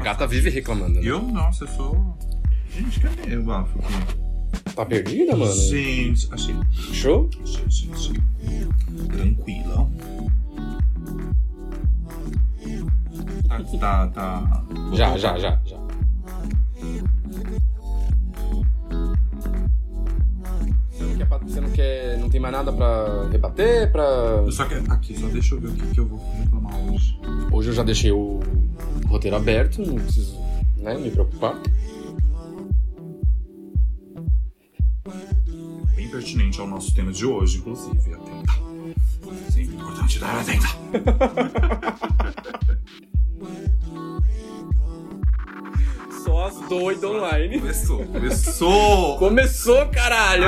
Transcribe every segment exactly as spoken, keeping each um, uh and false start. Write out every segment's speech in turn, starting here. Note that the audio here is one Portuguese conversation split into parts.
gata vive reclamando, né? Eu, nossa, eu sou... Gente, cadê o bafo aqui? Tá perdida, mano? Gente, achei. Show? Achei, achei, achei. Tranquila. Tá, tá, tá... Já, já, já, já. Você não quer, você não quer, não tem mais nada pra rebater, pra... Eu só quero... Aqui, só deixa eu ver o que, que eu vou reclamar hoje. Hoje eu já deixei o roteiro aberto, não preciso, né, me preocupar. Bem pertinente ao nosso tema de hoje, inclusive. Atenta. Sempre importante dar atenta. Só as doidas online. Começou, começou. Começou, caralho.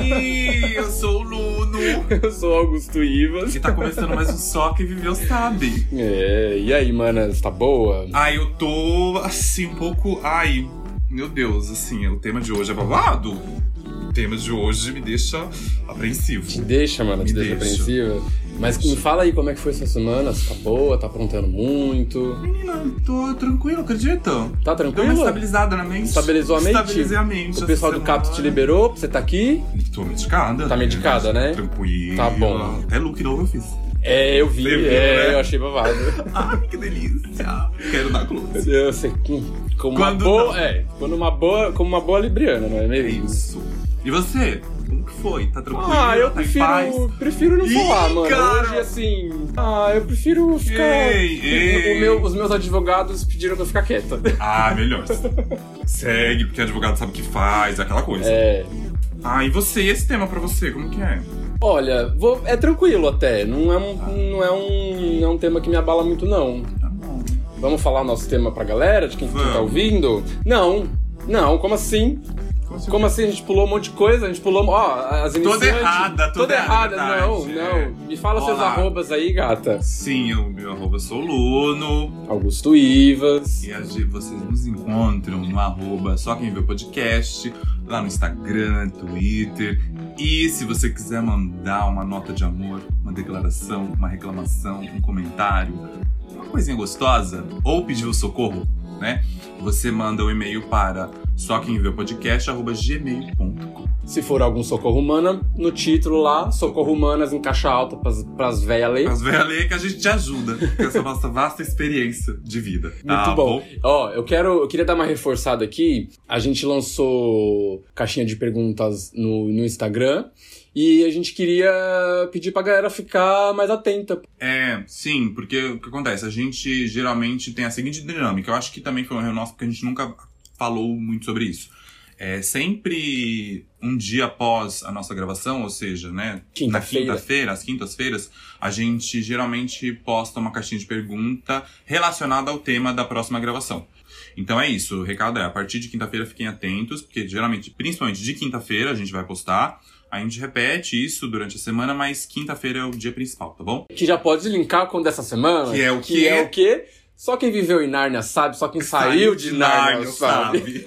Ai, eu sou o Luno. Eu sou Augusto Ivas. E tá começando mais um Só Quem Viveu Sabe. É, e aí, mana, você tá boa? Ai, eu tô, assim, um pouco... Ai, meu Deus, assim, o tema de hoje é babado. O tema de hoje me deixa apreensivo. Te deixa, mano, te Me deixa deixa. apreensiva. Mas me fala aí como é que foi essa semana, você tá boa, tá aprontando muito? Menina, tô tranquilo, acredita? Tá Deu uma tranquila? estabilizada na mente. Estabilizou a mente? Estabilizei a mente. O pessoal do CAPS te liberou, você tá aqui? Tô medicada. Tá medicada, né? Tranquilo. Tá bom. Até look novo eu fiz. É, eu vi, Você viu, é, né? eu achei babado. Ai, que delícia. Quero dar close. Eu sei, como uma Quando boa, não. é, quando uma boa, como uma boa libriana, não é É mesmo? isso. E você? Como que foi? Tá tranquilo? Ah, eu tá em paz? prefiro, prefiro não Ih, falar, mano. cara! Hoje, assim... Ah, eu prefiro ficar... Ei, ei. O meu- os meus advogados pediram pra eu ficar quieta. Ah, melhor. Segue, porque advogado sabe o que faz, aquela coisa. É... Ah, e você? E esse tema pra você? Como que é? Olha, vou- é tranquilo até. Não é, um, não, é um, não é um tema que me abala muito, não. Tá bom. Vamos falar o nosso tema pra galera, de quem, quem tá Vamos. ouvindo? Não, não, como assim? Como assim? Como assim? A gente pulou um monte de coisa, a gente pulou... Ó, as iniciantes... errada, toda toda errada, errada. Não, verdade, não. é. Me fala seus Olá. arrobas aí, gata. Sim, o meu arroba sou Luno. Augusto Ivas. E a gente- vocês nos encontram no arroba Só Quem Vê o Podcast, lá no Instagram, Twitter. E se você quiser mandar uma nota de amor, uma declaração, uma reclamação, um comentário, uma coisinha gostosa, ou pedir o socorro, né? Você manda o e-mail para só quem vê o podcast arroba gmail ponto com. Se for algum socorro humana, no título lá, socorro humanas em caixa alta pras, pras véias ler. As velhas ler que a gente te ajuda com essa nossa vasta experiência de vida. Muito Tá bom. Ó, eu quero, eu queria dar uma reforçada aqui. A gente lançou caixinha de perguntas no, no Instagram e a gente queria pedir pra galera ficar mais atenta. É, sim, porque o que acontece? A gente geralmente tem a seguinte dinâmica. Eu acho que também foi um erro nosso, porque a gente nunca falou muito sobre isso. É sempre um dia após a nossa gravação, ou seja, né, Quinta-feira. na quinta-feira, às quintas-feiras, a gente geralmente posta uma caixinha de pergunta relacionada ao tema da próxima gravação. Então é isso, o recado é, a partir de quinta-feira fiquem atentos, porque geralmente, principalmente de quinta-feira, a gente vai postar. A gente repete isso durante a semana, mas quinta-feira é o dia principal, tá bom? Que já pode linkar com o dessa semana. Que é o Que quê? é o quê? Só quem viveu em Nárnia sabe, só quem saiu, de Nárnia, sabe.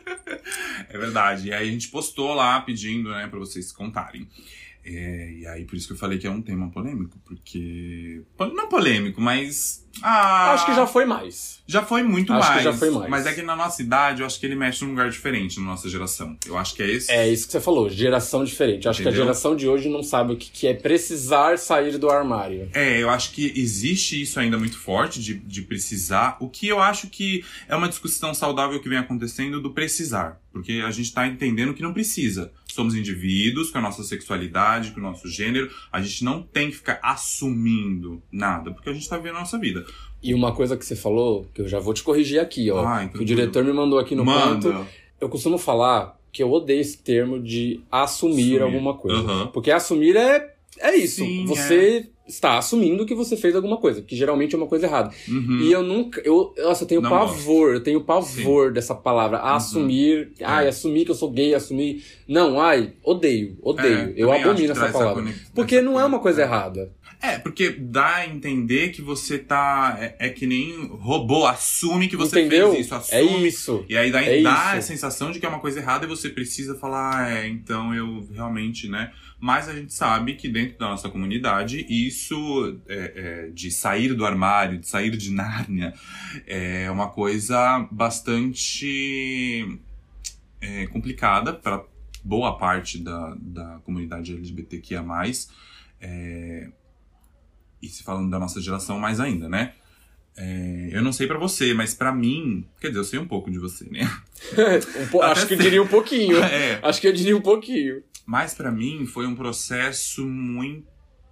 É verdade. E aí a gente postou lá pedindo, né, pra vocês contarem. É, e aí por isso que eu falei que é um tema polêmico, porque... Não polêmico, mas... Ah, Acho que já foi mais. Já foi muito Acho que mais. já foi mais. Mas é que na nossa idade, eu acho que ele mexe num lugar diferente na nossa geração. Eu acho que é esse. É isso que você falou, geração diferente. Acho Entendeu? que a geração de hoje não sabe o que que é precisar sair do armário. É, eu acho que existe isso ainda muito forte de, de precisar. O que eu acho que é uma discussão saudável que vem acontecendo do precisar. Porque a gente tá entendendo que não precisa. Somos indivíduos com a nossa sexualidade, com o nosso gênero. A gente não tem que ficar assumindo nada, porque a gente tá vivendo a nossa vida. E uma coisa que você falou, que eu já vou te corrigir aqui, ó. Ai, que o diretor me mandou aqui no Manda. ponto. Eu costumo falar que eu odeio esse termo de assumir, Assumir. alguma coisa. Aham. Porque assumir é, é isso. Sim, você está assumindo que você fez alguma coisa, que geralmente é uma coisa errada. Uhum. E eu nunca... Eu, nossa, eu tenho Não pavor, eu tenho pavor dessa palavra. Assumir. Ai, É. assumir que eu sou gay, assumir... Não, ai, odeio, odeio. É, eu também acho abomino que essa traz essa palavra. conex- Porque essa não é uma coisa conexão. errada. É, porque dá a entender que você tá... É, é que nem robô, assume que você Entendeu? fez isso, assume. É isso. E aí dá, É dá isso. a sensação de que é uma coisa errada e você precisa falar, ah, é, então eu realmente, né, Mas a gente sabe que dentro da nossa comunidade, isso é, é, de sair do armário, de sair de Nárnia, é uma coisa bastante é, complicada para boa parte da, da comunidade L G B T Q I A mais. É, e se falando da nossa geração, mais ainda, né? É, eu não sei pra você, mas pra mim... Quer dizer, eu sei um pouco de você, né? um po- acho que eu diria um pouquinho. É. Acho que eu diria um pouquinho. Mas pra mim foi um processo muito...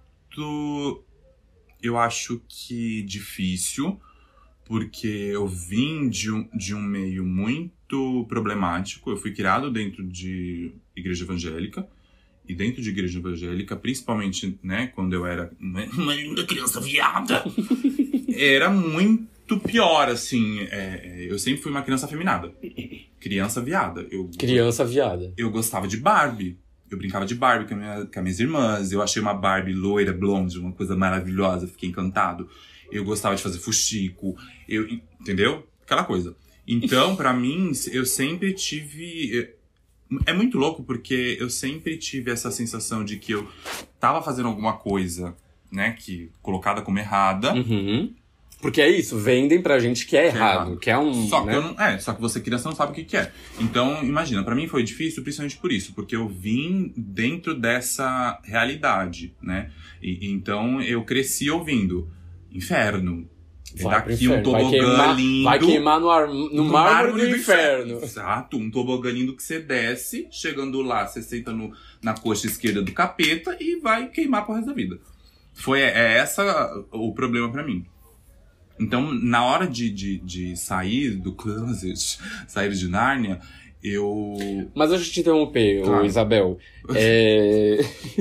Eu acho que difícil, porque eu vim de um, de um meio muito problemático. Eu fui criado dentro de igreja evangélica. E dentro de igreja evangélica, principalmente, né, quando eu era uma, uma linda criança viada, era muito pior, assim. É, eu sempre fui uma criança afeminada. Criança viada. Eu, criança viada. Eu gostava de Barbie. Eu brincava de Barbie com, a minha, com as minhas irmãs. Eu achei uma Barbie loira, blonde, uma coisa maravilhosa. Fiquei encantado. Eu gostava de fazer fuxico. Eu, entendeu? Aquela coisa. Então, pra mim, eu sempre tive... É muito louco porque eu sempre tive essa sensação de que eu tava fazendo alguma coisa, né, que colocada como errada. Uhum. Porque é isso, vendem pra gente que é que errado, é errado. que é um... Só que, né? eu não, é, só que você criança não sabe o que, que é. Então, imagina, pra mim foi difícil principalmente por isso, porque eu vim dentro dessa realidade, né? E, então eu cresci ouvindo inferno. Vai daqui um tobogã vai queimar, lindo. Vai queimar no, ar, no, no mármore do, do inferno. inferno. Exato, um tobogã lindo que você desce, chegando lá, você senta no, na coxa esquerda do capeta e vai queimar pro resto da vida. Foi é essa o problema pra mim. Então, na hora de, de, de sair do closet, sair de Nárnia, eu... Mas deixa eu te interromper, Claro. ô Isabel. É...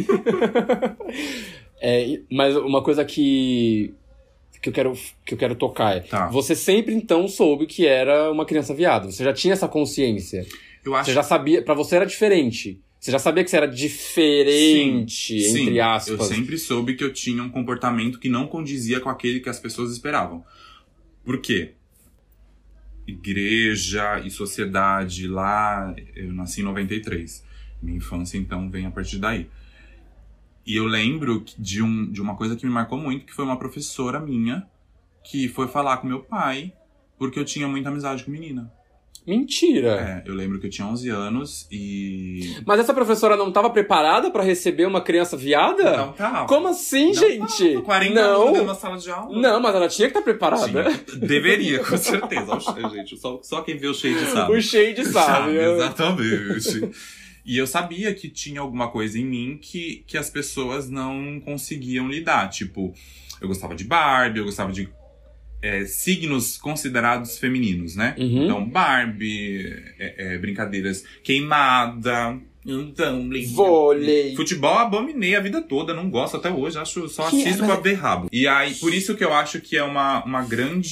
é... Mas uma coisa que... Que eu, quero, que eu quero tocar é... Tá. Você sempre, então, soube que era uma criança viada. Você já tinha essa consciência. Eu acho... Você já sabia... Pra você era diferente. Você já sabia que você era diferente, sim, entre sim. aspas. Eu sempre soube que eu tinha um comportamento que não condizia com aquele que as pessoas esperavam. Por quê? Igreja e sociedade lá... Eu nasci em noventa e três. Minha infância, então, vem a partir daí. E eu lembro de, um, de uma coisa que me marcou muito, que foi uma professora minha que foi falar com meu pai porque eu tinha muita amizade com menina. Mentira! É, eu lembro que eu tinha onze anos e... Mas essa professora não estava preparada pra receber uma criança viada? Não tava. Como assim, Não gente? tava. quarenta não. alunos dentro da sala de aula. Não, mas ela tinha que estar preparada. Tinha. Deveria, com certeza. Ó, gente, só, só quem vê o Shade sabe. O Shade sabe. Exatamente. E eu sabia que tinha alguma coisa em mim que, que as pessoas não conseguiam lidar. Tipo, eu gostava de Barbie, eu gostava de é, signos considerados femininos, né? Uhum. Então, Barbie, é, é, brincadeiras queimada, então, vôlei. Futebol abominei a vida toda, não gosto até hoje, acho só Que assisto é, pra mas... ver rabo. E aí, por isso que eu acho que é uma, uma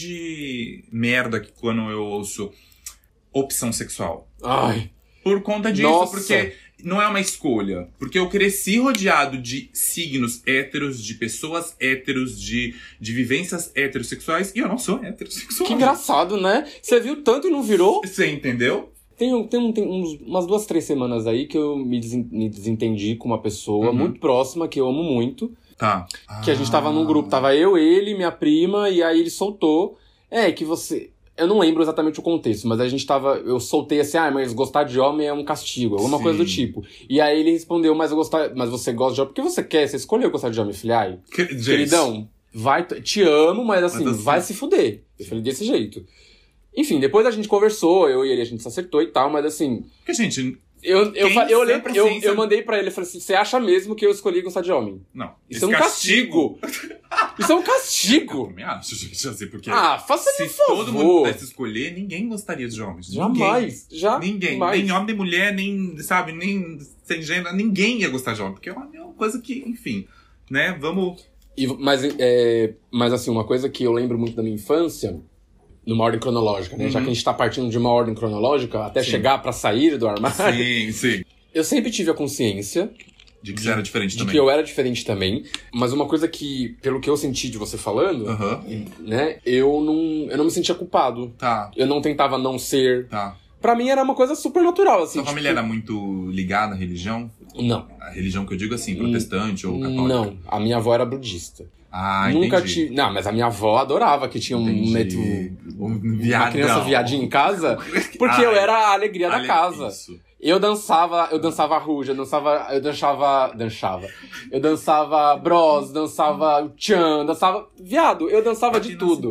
grande merda que quando eu ouço opção sexual. Ai... Por conta disso, Nossa. Porque não é uma escolha. Porque eu cresci rodeado de signos héteros, de pessoas héteros, de, de vivências heterossexuais, e eu não sou heterossexual. Que engraçado, né? Você viu tanto e não virou? Você entendeu? Tem, tem, tem uns, umas duas, três semanas aí que eu me, desen, me desentendi com uma pessoa Uhum. muito próxima, que eu amo muito. Tá. Que a gente tava num grupo, tava eu, ele, minha prima, e aí ele soltou. É, que você... Eu não lembro exatamente o contexto, mas a gente tava... Eu soltei assim, ah, mas gostar de homem é um castigo, alguma Sim. coisa do tipo. E aí ele respondeu, mas eu gostar, mas você gosta de homem porque você quer, você escolheu gostar de homem. Eu falei, ai, Que, gente, queridão, vai, te amo, mas assim, Mas assim- vai se fuder. Eu falei desse jeito. Enfim, depois a gente conversou, eu e ele, a gente se acertou e tal, mas assim... Porque, gente... Eu, eu, Quem fa- eu, olhei, sempre eu, assim, eu mandei pra ele, eu falei assim, você acha mesmo que eu escolhi gostar de homem? Não. Isso é um castigo. Isso é um Eu castigo. também acho, gente, assim, porque... Ah, faça se me favor. todo mundo pudesse escolher, ninguém gostaria de homens. Jamais. Já Ninguém. mais. Nem homem, nem mulher, nem, sabe, nem sem gênero. Ninguém ia gostar de homem. Porque homem é uma coisa que, enfim, né, vamos... E, mas, é, mas assim, uma coisa que eu lembro muito da minha infância, numa ordem cronológica, né? Uhum. Já que a gente tá partindo de uma ordem cronológica, até Sim. chegar pra sair do armário. Sim, sim. Eu sempre tive a consciência De que você era diferente de também. que eu era diferente também. Mas uma coisa que, pelo que eu senti de você falando, Aham. né? Eu não, eu não me sentia culpado. Tá, Eu não tentava não ser. tá. Pra mim era uma coisa super natural, assim. Sua tipo, família era muito ligada à religião? Não. A religião que eu digo assim, protestante ou católica? Não, a minha avó era budista. Ah, Nunca entendi. tive. Não, mas a minha avó adorava que tinha um Entendi. meto, Um uma viadão. criança viadinha em casa, porque Ai, eu era a alegria da ale- casa. Isso. Eu dançava, eu dançava ruja, eu dançava, eu dançava, dançava. Eu dançava bros, dançava tchan, dançava viado, eu dançava de tudo.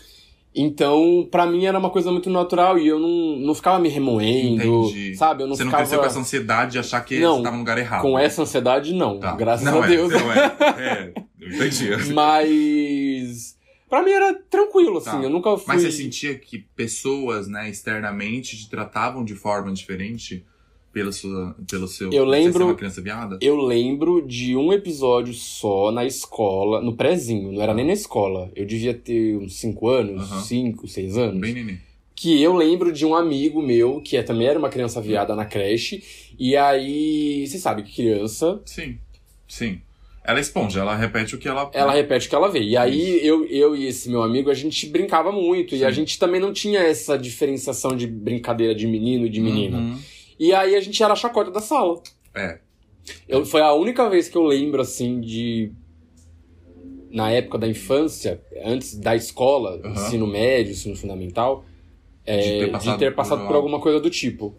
Então, pra mim era uma coisa muito natural e eu não, não ficava me remoendo, Entendi. sabe? Eu não Você não ficava cresceu com essa ansiedade de achar que Não, você tava no lugar errado. com essa ansiedade, não. Tá. Graças Não a é, Deus. Não é, é, eu entendi. Mas pra mim era tranquilo, assim. Tá. Eu nunca fui. Mas você sentia que pessoas, né, externamente te tratavam de forma diferente pelo, sua, pelo seu... Eu você lembro- ser uma criança viada? Eu lembro de um episódio só na escola, no prézinho, não era nem na escola. Eu devia ter uns cinco anos, Aham. cinco, seis anos. Bem neném. Que eu lembro de um amigo meu, que é, também era uma criança viada na creche. E aí, você sabe que criança, Sim, sim. Ela é esponja, ela repete o que ela... ela repete o que ela vê. E aí, eu, eu e esse meu amigo, a gente brincava muito. Sim. E a gente também não tinha essa diferenciação de brincadeira de menino e de menina. Uhum. E aí, a gente era a chacota da sala. É. Eu, foi a única vez que eu lembro, assim, de... Na época da infância, antes da escola, Uhum. ensino médio, ensino fundamental, é, De ter de passado ter por passado por, algo. alguma coisa do tipo.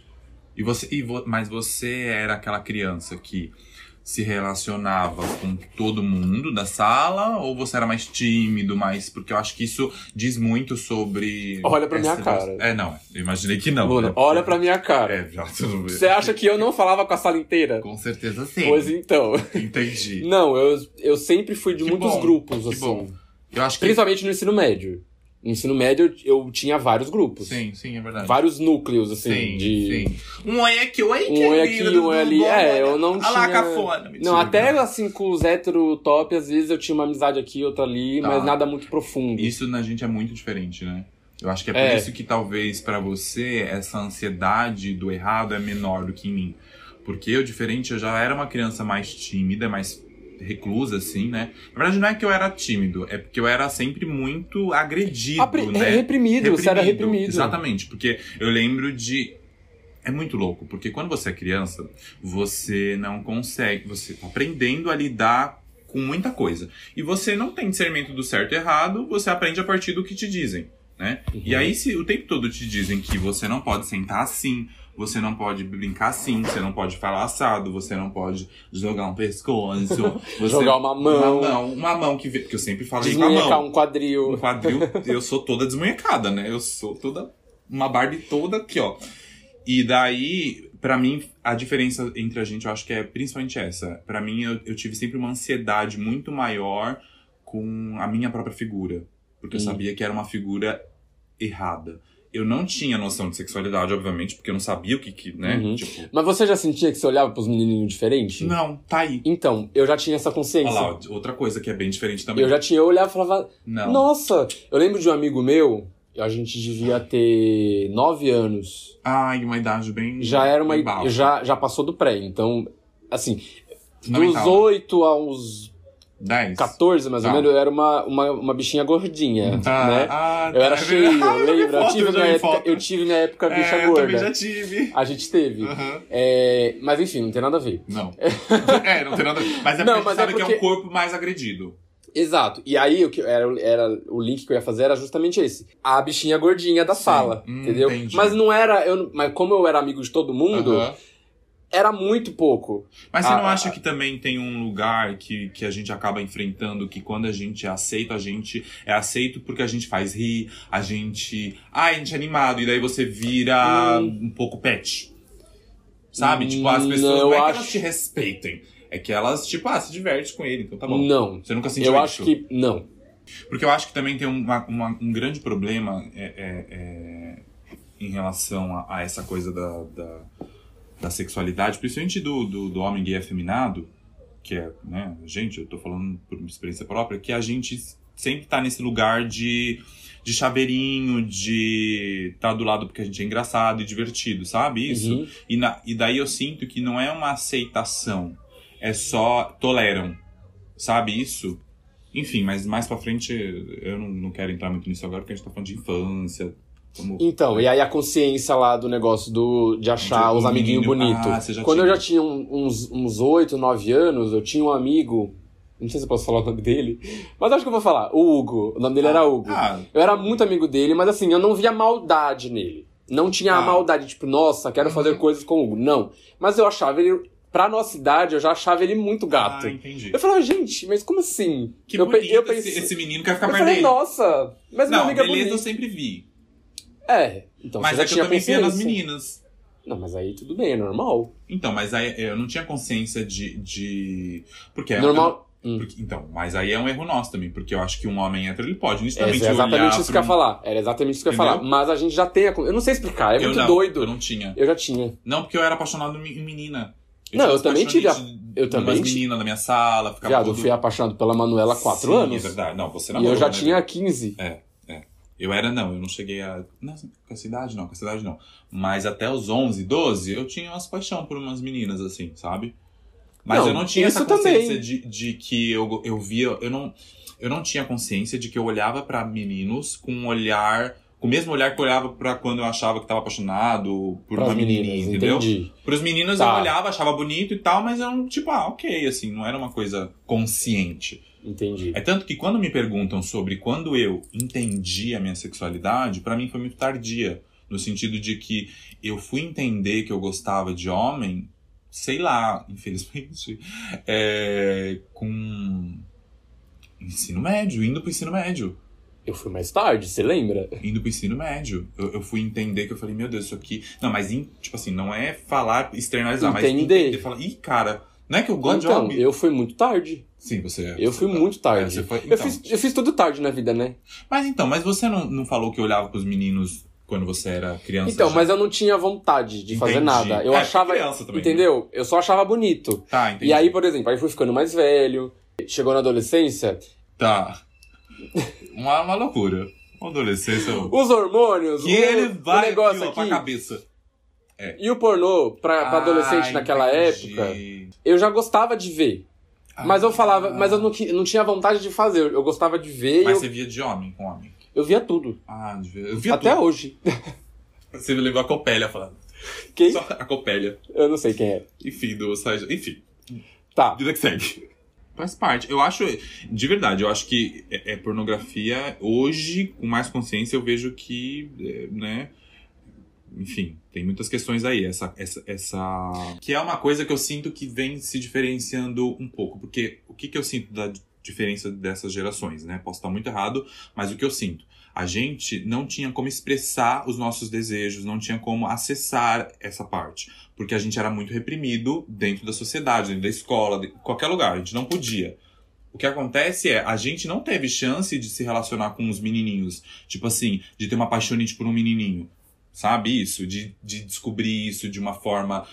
E você, e vo- mas você era aquela criança que se relacionava com todo mundo da sala? Ou você era mais tímido, mais... Porque eu acho que isso diz muito sobre... Olha pra minha essa- cara. É, não. Eu imaginei que não. Luna, né? olha pra minha cara. É, já tudo bem. Você acha que eu não falava com a sala inteira? Com certeza sim. Pois então. Entendi. Não, eu, eu sempre fui de Que muitos bom, grupos, que assim. bom. Eu acho que... Principalmente no ensino médio. No ensino médio, eu tinha vários grupos. Sim, sim, é verdade. Vários núcleos, assim, Sim, de... sim. Um oi aqui, um oi aqui. Um oi aqui, um oi ali. É, eu não Ah lá, tinha... cafona. Mentira, Não, até não. assim, com os hétero top, às vezes eu tinha uma amizade aqui, outra ali, Tá. mas nada muito profundo. Isso na gente é muito diferente, né? Eu acho que é por É. isso que talvez pra você essa ansiedade do errado é menor do que em mim. Porque eu, diferente, eu já era uma criança mais tímida, mais reclusa, assim, né? Na verdade, não é que eu era tímido, é porque eu era sempre muito agredido, Apre- né? Reprimido, você era reprimido. Exatamente, porque eu lembro de... É muito louco, porque quando você é criança, você não consegue... Você tá aprendendo a lidar com muita coisa. E você não tem discernimento do certo e errado, você aprende a partir do que te dizem, né? Uhum. E aí, se o tempo todo te dizem que você não pode sentar assim, você não pode brincar assim, você não pode falar assado, você não pode jogar um pescoço, você... Jogar uma mão. Uma mão, uma mão que... vê- Porque eu sempre falei com a Desmunhecar mão. um quadril. Um quadril, eu sou toda desmunhecada, né? Eu sou toda... Uma Barbie toda aqui, ó. E daí, pra mim, a diferença entre a gente, eu acho que é principalmente essa. Pra mim, eu, eu tive sempre uma ansiedade muito maior com a minha própria figura. Porque eu Hum. sabia que era uma figura errada. Eu não tinha noção de sexualidade, obviamente, porque eu não sabia o que que, né? Uhum. Tipo, Mas você já sentia que você olhava pros menininhos diferentes? não, tá aí. Então, eu já tinha essa Olha consciência. lá, outra coisa que é bem diferente também. Eu já tinha, eu olhava e falava, Não. nossa, eu lembro de um amigo meu, a gente devia ter nove anos. Ai, uma idade bem... Já era uma bem baixa. já já passou do pré, então assim, dos Fundamental, né? oito aos dez. quatorze, mais ou Tá. menos, eu era uma, uma, uma bichinha gordinha, Ah, né? ah, Eu era tá. cheio, Ah, eu já vi lembra? Eu foto, tive, eu já minha vi época, foto. eu tive minha época bicha É, eu também gorda. já tive. A gente teve. Aham. É, mas enfim, não tem nada a ver. Não. É, não tem nada a ver. Mas é Não, porque mas a gente sabe é que é porque- um corpo mais agredido. Exato. E aí, o que era, era, o link que eu ia fazer era justamente esse. A bichinha gordinha da Sim. sala, Hum, entendeu? entendi. Mas não era... Eu, mas como eu era amigo de todo mundo, Aham. era muito pouco. Mas você Ah, não ah, acha ah. que também tem um lugar que, que a gente acaba enfrentando, que quando a gente aceita, a gente é aceito porque a gente faz rir, a gente... Ah, a gente é animado, e daí você vira Hum. um pouco pet. Sabe? Hum, Tipo, as pessoas não, não, eu é que acho- elas te respeitem, é que elas, tipo, ah, se diverte com ele, então tá bom. Não. Você nunca sentiu Eu isso? acho que... Não. Porque eu acho que também tem uma, uma- um grande problema é, é, é, em relação a, a essa coisa da, da, da sexualidade, principalmente do, do, do homem gay afeminado, que é, né, gente, eu tô falando por experiência própria, que a gente sempre tá nesse lugar de, de chaveirinho, de tá do lado porque a gente é engraçado e divertido, sabe isso? Uhum. E, na, e daí eu sinto que não é uma aceitação, é só toleram, sabe isso? Enfim, mas mais pra frente eu não, não quero entrar muito nisso agora, porque a gente tá falando de infância, Como... Então, e aí a consciência lá do negócio do, de achar os amiguinhos bonitos. Ah, você já Quando tinha. eu já tinha uns, uns oito, nove anos, eu tinha um amigo... Não sei se eu posso falar o nome dele, mas acho que eu vou falar. O Hugo. O nome dele ah, era Hugo. Ah, eu era muito amigo dele, mas assim, eu não via maldade nele. Não tinha ah. a maldade, tipo, nossa, quero uhum. fazer coisas com o Hugo. Não. Mas eu achava ele... Pra nossa idade, eu já achava ele muito gato. Ah, entendi. Eu falava, gente, mas como assim? Que eu, bonito eu pensei, esse, esse menino quer ficar eu perto falei, dele. nossa, mas meu Não, amigo é beleza, bonito. eu sempre vi. É, então Mas você já é que tinha eu também via nas consciência. meninas. Não, mas aí tudo bem, é normal. Então, mas aí eu não tinha consciência de... de... Porque é Normal... um- Hum. porque- então, mas aí é um erro nosso também, porque eu acho que um homem hétero, ele pode É nitidamente exatamente olhar isso que eu pra ia falar. Era exatamente isso que eu ia Entendeu? falar. Mas a gente já tem a... Eu não sei explicar, é Eu muito não, doido. eu não tinha. Eu já tinha. Não, porque eu era apaixonado em menina. Não, tinha eu uns também tive a- paixonites eu também umas tive- meninas na minha sala, ficava Viado, eu todo... fui apaixonado pela Manuela há quatro Sim, anos. é verdade. Não, você E namorou, eu já né, tinha Bia? quinze. É, é. Eu era, não, eu não cheguei a... Não, com essa idade não, com essa idade não. Mas até os onze, doze, eu tinha umas paixão por umas meninas, assim, sabe? Mas Não, eu não tinha essa isso consciência também. de, de que eu, eu via... Eu não, eu não tinha consciência de que eu olhava pra meninos com um olhar... Com o mesmo olhar que eu olhava pra quando eu achava que tava apaixonado por Pras uma menininha, meninas, entendeu? entendi. Pros meninos Tá. eu olhava, achava bonito e tal, mas eu não, tipo, ah, ok, assim, não era uma coisa consciente. Entendi. É tanto que quando me perguntam sobre quando eu entendi a minha sexualidade, pra mim foi muito tardia. No sentido de que eu fui entender que eu gostava de homem, sei lá, infelizmente, é, com ensino médio, indo pro ensino médio. Eu fui mais tarde, você lembra? Indo pro ensino médio. Eu, eu fui entender que eu falei, meu Deus, isso aqui... Não, mas, in, tipo assim, não é falar, externalizar, mas Entender. entender. Falar, ih, cara, não é que eu gosto Então, de homem? eu fui muito tarde. Sim, você... Eu você fui tá- muito tarde. É, você foi- eu, então. fiz, eu fiz tudo tarde na vida, né? Mas então, mas você não, não falou que olhava pros meninos quando você era criança? Então, já? mas eu não tinha vontade de fazer Entendi. nada. Eu É, achava. criança também, Entendeu? Eu só achava bonito. Tá, entendi. E aí, por exemplo, aí fui ficando mais velho. Chegou na adolescência. Tá. Uma, uma loucura. Uma adolescência... Os hormônios, que o, ele o vai negócio aqui, ó, aqui. pra cabeça. E o pornô, pra, pra adolescente Ah, naquela entendi. época, eu já gostava de ver. Mas eu falava, mas eu não, qui- não tinha vontade de fazer. Eu gostava de ver Mas e eu, você via de homem com homem? eu via tudo. Ah, de ver. Eu via Até tudo. hoje. Você me lembrou a Copélia falando. Quem? Só a Copélia. Eu não sei quem é. Enfim, do Sargento. Enfim, Tá. vida que segue. Faz parte. Eu acho, de verdade, eu acho que é, é pornografia, hoje, com mais consciência, eu vejo que, é, né, enfim, tem muitas questões aí. Essa, essa, essa... Que é uma coisa que eu sinto que vem se diferenciando um pouco. Porque o que, que eu sinto da diferença dessas gerações, né? Posso estar muito errado, mas o que eu sinto? A gente não tinha como expressar os nossos desejos, não tinha como acessar essa parte. Porque a gente era muito reprimido dentro da sociedade, dentro da escola, de qualquer lugar. A gente não podia. O que acontece é, a gente não teve chance de se relacionar com os menininhos. Tipo assim, de ter uma paixonite por um menininho. Sabe isso? De, de descobrir isso de uma forma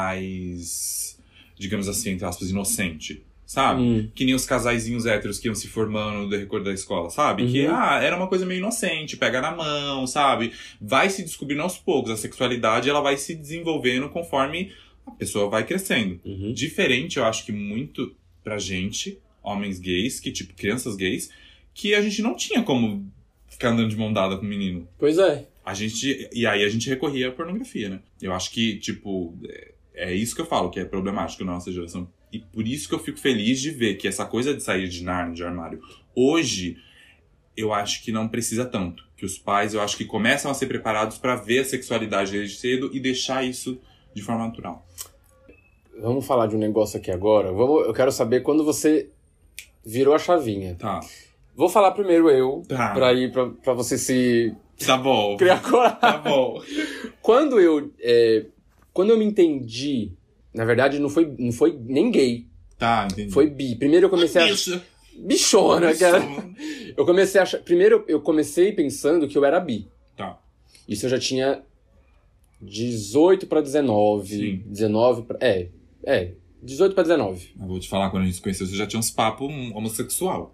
mais, digamos assim, entre aspas, inocente. Sabe? Hum. Que nem os casaizinhos héteros que iam se formando no decorrer da escola, sabe? Uhum. Que, ah, era uma coisa meio inocente, pega na mão, sabe? Vai se descobrindo aos poucos. A sexualidade, ela vai se desenvolvendo conforme a pessoa vai crescendo. Uhum. Diferente, eu acho que muito pra gente, homens gays, que tipo, crianças gays, que a gente não tinha como ficar andando de mão dada com o menino. Pois é. A gente, e aí a gente recorria à pornografia, né? Eu acho que, tipo, é, é isso que eu falo, que é problemático na nossa geração. E por isso que eu fico feliz de ver que essa coisa de sair de Narnia, de armário, hoje, eu acho que não precisa tanto. Que os pais, eu acho que começam a ser preparados pra ver a sexualidade desde cedo e deixar isso de forma natural. Vamos falar de um negócio aqui agora. Vamos, eu quero saber quando você virou a chavinha. Tá. Vou falar primeiro eu, Tá. pra ir pra, pra você se Tá bom. criar coragem. Tá bom. Quando eu, é, quando eu me entendi, na verdade não foi, não foi nem gay, Tá, entendi. foi bi. Primeiro eu comecei a... Isso. Bichona, cara. Eu comecei a achar... Primeiro eu comecei pensando que eu era bi. Tá. Isso eu já tinha dezoito pra dezenove. Sim. dezenove pra... É, é. dezoito pra dezenove. Eu vou te falar, quando a gente se conheceu, você já tinha uns papos homossexual.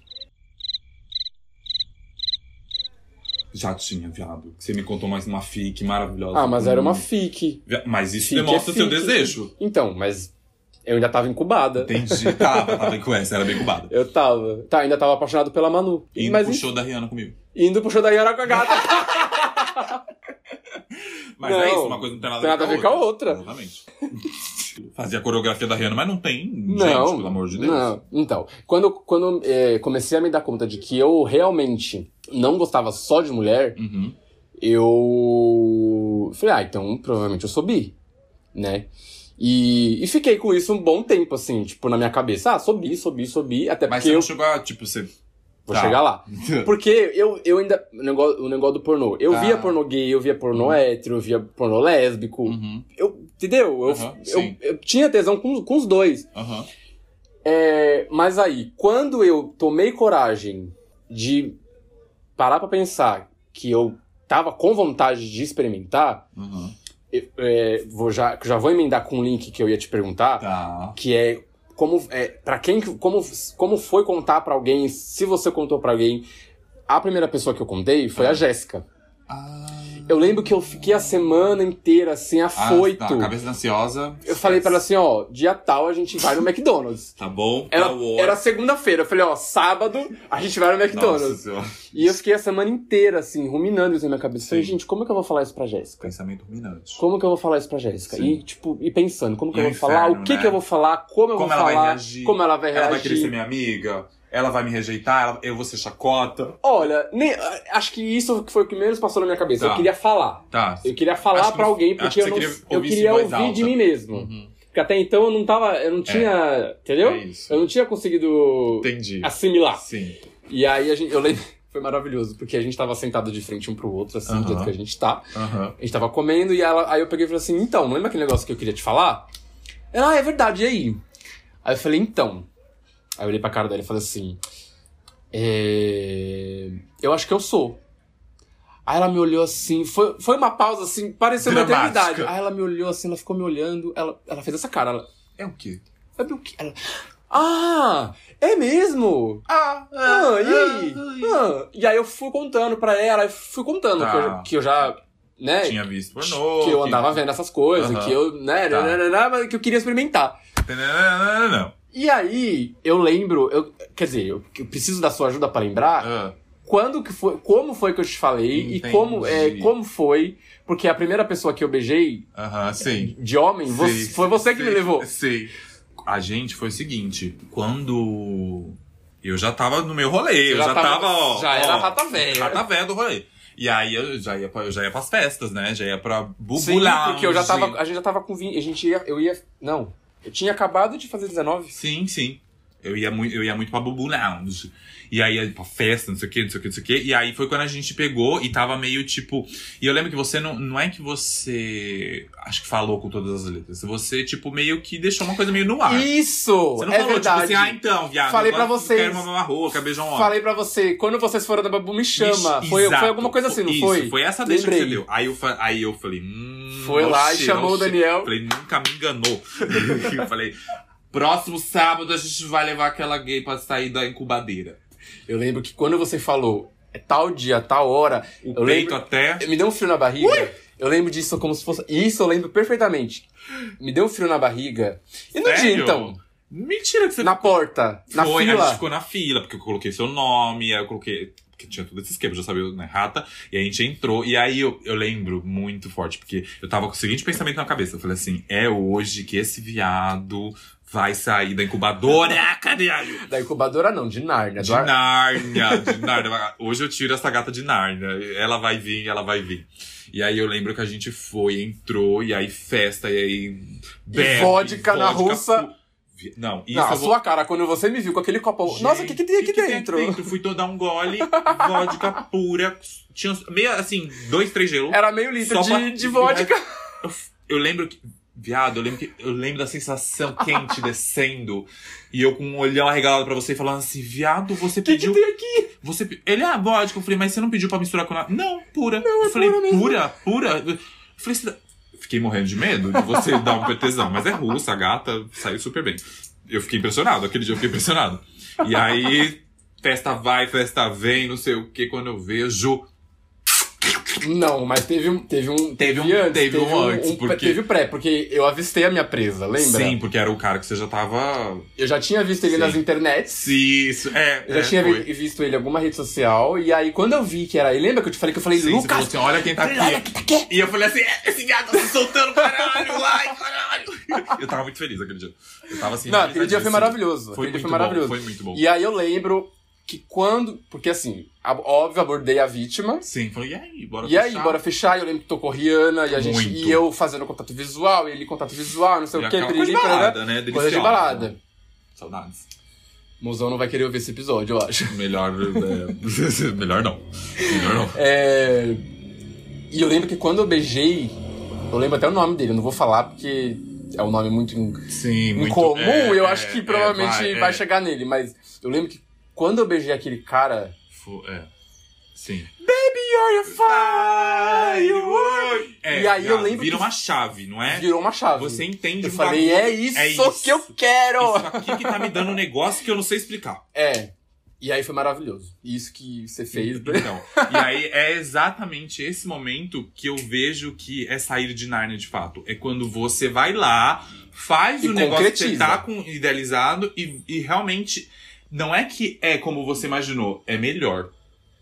Já tinha, viado. Você me contou mais uma fic maravilhosa. Ah, mas era uma Hum. fic. Vi- Mas isso Fic é demonstra o seu fic. desejo. Então, mas eu ainda tava incubada. Entendi. Tava, tava bem com essa, era bem incubada. Eu tava. Tá, ainda tava apaixonado pela Manu. Indo mas pro enfim, show da Rihanna comigo. indo pro show da Yara com a gata. Mas Não, é isso, uma coisa não tem nada, tem nada a ver com a outra. Exatamente. Fazia a coreografia da Rihanna, mas não tem Não, gente, pelo amor de Deus. Não. Então, quando, quando é, comecei a me dar conta de que eu realmente não gostava só de mulher, Uhum. eu falei, ah, então provavelmente eu sou bi, né? E, e fiquei com isso um bom tempo, assim, tipo, na minha cabeça. Ah, sou bi, sou bi, sou bi, até Mas porque você eu... não chegou a, tipo, você... Vou Tá. chegar lá. Porque eu, eu ainda... O negócio, o negócio do pornô. Eu Ah. via pornô gay, eu via pornô Uhum. hétero, eu via pornô lésbico. Uhum. Eu, entendeu? Eu, Aham, eu, sim. eu tinha tesão com, com os dois. Aham. É, mas aí, quando eu tomei coragem de parar pra pensar que eu tava com vontade de experimentar, Uhum. eu, é, vou já, já vou emendar com um link que eu ia te perguntar, Tá. que é como é, para quem como, como foi contar pra alguém, se você contou pra alguém. A primeira pessoa que eu contei foi Ah. a Jéssica. Ah. Eu lembro que eu fiquei a semana inteira assim, afoito. Ah, tá. Cabeça ansiosa. Eu falei pra ela assim, ó, dia tal a gente vai no McDonald's. Tá bom? Era, tá bom. era segunda-feira, eu falei, ó, sábado a gente vai no Nossa McDonald's. Senhora. E eu fiquei a semana inteira, assim, ruminando isso na minha cabeça. Falei, Sim. gente, como é que eu vou falar isso pra Jéssica? Pensamento dominante. Como que eu vou falar isso pra Jéssica? Sim. E, tipo, e pensando, como que E eu o vou falar? inferno, O que né? que eu vou falar? Como eu Como vou ela vai falar? reagir? Como ela vai reagir? Ela vai querer ser minha amiga? Ela vai me rejeitar? Ela- Eu vou ser chacota? Olha, nem, acho que isso foi o que menos passou na minha cabeça. Tá. Eu queria falar. Tá. Eu queria falar Acho que pra no- alguém, acho porque que eu, você não, queria eu ouvir isso queria em voz ouvir de alta. mim mesmo. Uhum. Porque até então eu não tava, eu não tinha, entendeu? É isso. Eu não tinha conseguido Entendi. assimilar. Sim. E aí a gente, eu lembro, foi maravilhoso, porque a gente tava sentado de frente um pro outro, assim, Aham. do jeito que a gente tá. Aham. A gente tava comendo e ela, aí eu peguei e falei assim, então, não lembra aquele negócio que eu queria te falar? Ela, ah, é verdade, e aí? Aí eu falei, então. Aí eu olhei pra cara dela e falei assim, é... eu acho que eu sou. Aí ela me olhou assim, foi, foi uma pausa assim, pareceu uma Dramática. eternidade. Aí ela me olhou assim, ela ficou me olhando, ela, ela fez essa cara, ela, É o quê? sabe o que? Ela, ah, é mesmo? Ah, Ah, e aí? Ah. E aí eu fui contando pra ela, eu fui contando Tá. que, eu, já- que eu já, né, Tinha visto pornô. que eu andava vendo essas coisas, Aham. que eu, né, Tá. né, né, né, mas que eu queria experimentar. Não, não. E aí, eu lembro, eu, quer dizer, eu, eu preciso da sua ajuda pra lembrar Ah, quando que foi, como foi que eu te falei Entendi. e como, é, como foi, porque a primeira pessoa que eu beijei Aham, sim. de homem, Sim, você- foi você que sim, me levou. Sim. A gente foi o seguinte, quando eu já tava no meu rolê, eu já já tava- tava, ó. já era ó, rata véia. Rata véia do rolê. E aí eu já ia, pra, eu já ia pras festas, né? Já ia pra Sim, bubular. porque eu já tava, a gente já tava com vinte, a gente ia, eu ia, não, eu tinha acabado de fazer dezenove. Sim, sim. Eu ia muito, eu ia muito pra Bubu Lounge. E aí, ia pra festa, não sei o que, não sei o que, não sei o que. E aí foi quando a gente pegou e tava meio tipo. E eu lembro que você não. Não é que você. Acho que falou com todas as letras. Você, tipo, meio que deixou uma coisa meio no ar. Isso, Você não é falou, verdade. tipo assim, ah, então, viado. Falei eu pra gosto- vocês. Quero mamar uma rua, quero beijar um homem. Falei pra você, quando vocês foram da Babu, me chama. Isso, Foi, exato. foi alguma coisa assim, não Isso, foi? foi essa deixa Lembrei. que você deu. Aí eu, fa- aí eu falei, hum. Foi ó lá e cheiro, chamou ó o cheiro. Daniel. Falei, nunca me enganou. Eu falei, próximo sábado a gente vai levar aquela gay pra sair da incubadeira. Eu lembro que quando você falou, é tal dia, tal hora, O eu peito lembro, até. me deu um frio na barriga. Eu lembro disso como se fosse, isso eu lembro perfeitamente. Me deu um frio na barriga. E no Sério? dia então, Mentira que você na porta, na foi, a fila. gente ficou na fila, porque eu coloquei seu nome, aí eu coloquei. Porque tinha todo esse esquema, eu já sabia, né, rata. E a gente entrou, e aí eu, eu lembro muito forte, porque eu tava com o seguinte pensamento na cabeça. Eu falei assim, é hoje que esse viado vai sair da incubadora. Caralho! Da incubadora não, de Nárnia. De do ar- Nárnia, de Nárnia. Hoje eu tiro essa gata de Nárnia. Ela vai vir, ela vai vir. E aí eu lembro que a gente foi, entrou, e aí festa, e aí. bebe, vodka na russa. pu- Vi- Não, isso Não, a eu vou... sua cara, quando você me viu com aquele copão. Nossa, o que, que tem aqui dentro? Fui todo dar um gole, vodka pura. Tinha uns- meio assim, dois, três gelos. Era meio litro Só de, pra- de vodka. Eu, eu lembro que. Viado, eu lembro, que, eu lembro da sensação quente descendo. E eu com um olhão arregalado pra você falando assim, viado, você O que, que pediu. tem aqui? Você, pe- ele, ah, vodka. Eu falei, mas você não pediu pra misturar com nada? Não, pura. Não, é eu falei, pura mesmo. pura, pura. Eu falei, você... Fiquei morrendo de medo de você dar um petezão. Mas é russa, a gata saiu super bem. Eu fiquei impressionado, aquele dia eu fiquei impressionado. E aí, festa vai, festa vem, não sei o que, quando eu vejo. Não, mas teve um. Teve um. Teve um antes, teve um um, antes, um, porque... Teve o pré, porque eu avistei a minha presa, lembra? Sim, porque era o cara que você já tava... Eu já tinha visto ele Sim. nas internets. Isso, é. Eu já é, tinha foi. visto ele em alguma rede social. E aí, quando eu vi que era ele, lembra que eu te falei que eu falei, Sim, Lucas, você falou assim, olha quem tá aqui. olha quem tá aqui. E eu falei assim, é, esse viado tá se soltando, caralho, ai, caralho. Eu tava muito feliz aquele dia. Eu tava assim, Não, aquele dia foi realizadíssimo. maravilhoso. Foi aquele dia muito foi maravilhoso. bom, foi muito bom. E aí eu lembro que quando... Porque assim, a- óbvio, abordei a vítima. Sim, falou, e aí, bora E fechar? aí, bora fechar. E eu lembro que tocou Rihanna e a gente... Muito. E eu fazendo contato visual, e ele contato visual, não sei E o quê. aquela coisa de piriri, balada, parará. né? Coisa de Deliciosa. balada. Saudades. Mozão não vai querer ouvir esse episódio, eu acho. Melhor, é... melhor não. Melhor não. É... E eu lembro que quando eu beijei... Eu lembro até o nome dele, eu não vou falar porque é um nome muito, in- Sim, muito... incomum. é, eu é, acho que é, provavelmente vai, vai é. chegar nele. Mas eu lembro que quando eu beijei aquele cara... Fu- É, sim. Baby, you're firework! É, E aí eu já lembro Vira que- uma chave, não é? Virou uma chave. Você entende Eu um falei, bagulho- é isso, é isso que eu quero! Isso aqui que tá me dando um negócio que eu não sei explicar. É. E aí foi maravilhoso. Isso que você fez. Então, e aí é exatamente esse momento que eu vejo que é sair de Nárnia de fato. É quando você vai lá, faz E o negócio que você concretiza. tá com, idealizado e, e realmente não é que é como você imaginou, é melhor.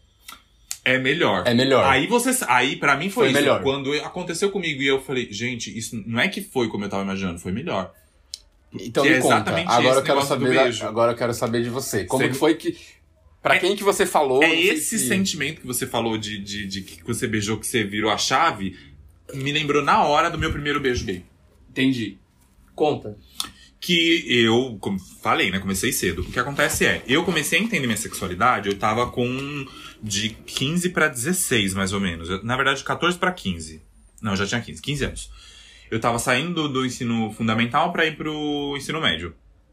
É melhor. É melhor. Aí você. Aí, pra mim, foi, Foi isso. melhor. Quando aconteceu comigo e eu falei, gente, isso não é que foi como eu tava imaginando, foi melhor. Então que me é conta. exatamente Agora esse eu quero negócio do saber. da- beijo. Agora eu quero saber de você. Como Você- que foi que. Pra É- quem que você falou? É não sei esse se- sentimento que você falou de, de, de que você beijou, que você virou a chave, me lembrou na hora do meu primeiro beijo gay. Entendi. Conta. Que eu, como falei, né, comecei cedo. O que acontece é, eu comecei a entender minha sexualidade, eu tava com de quinze pra dezesseis, mais ou menos. Eu, na verdade, catorze pra quinze. Não, eu já tinha quinze, quinze anos. Eu tava saindo do, do ensino fundamental pra ir pro ensino médio.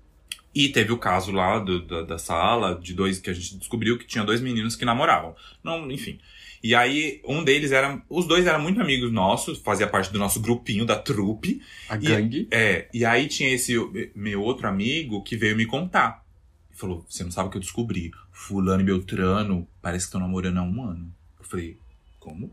E teve o caso lá do, da, da sala, de dois, que a gente descobriu que tinha dois meninos que namoravam. Não, enfim. E aí, um deles era... Os dois eram muito amigos nossos, fazia parte do nosso grupinho, da trupe. A E- gangue. É, e aí tinha esse meu outro amigo que veio me contar. Ele falou, você não sabe o que eu descobri? Fulano e Beltrano parece que estão namorando há um ano. Eu falei, como?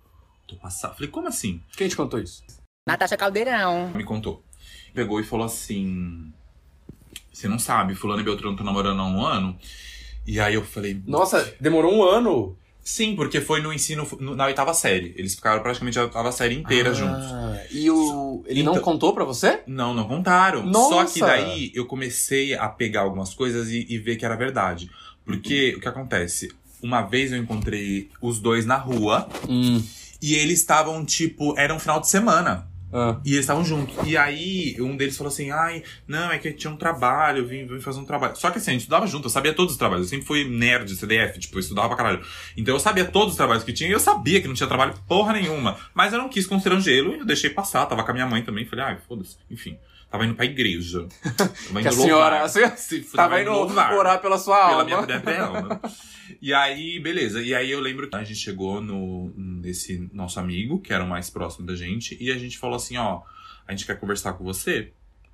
Tô passado. Falei, como assim? Quem te contou isso? Natasha Caldeirão. Me contou. Pegou e falou assim... Você não sabe, fulano e Beltrano estão namorando há um ano? E aí eu falei... Nossa, demorou um ano. Sim, porque foi no ensino... no- na oitava série. Eles ficaram praticamente a oitava série inteira Ah, juntos. E o. Ele não Então- contou pra você? Não, não contaram. Nossa! Só que daí eu comecei a pegar algumas coisas e, e ver que era verdade. Porque o que acontece? Uma vez eu encontrei os dois na rua Hum. e eles estavam, tipo, era um final de semana. Ah. E eles estavam juntos. E aí, um deles falou assim, ai, não, é que eu tinha um trabalho, eu vim, vim fazer um trabalho. Só que assim, a gente estudava junto, eu sabia todos os trabalhos. Eu sempre fui nerd, C D F, tipo, eu estudava pra caralho. Então eu sabia todos os trabalhos que tinha e eu sabia que não tinha trabalho porra nenhuma. Mas eu não quis constrangê-lo e eu deixei passar. Tava com a minha mãe também, falei, ai, foda-se. Enfim, tava indo pra igreja. Tava Que a indo senhora. louvar. A senhora Se- tava indo louvar. orar pela sua Pela alma. minha própria alma. E aí, beleza. E aí eu lembro que a gente chegou no, nesse nosso amigo, que era o mais próximo da gente, e a gente falou assim, ó, a gente quer conversar com você.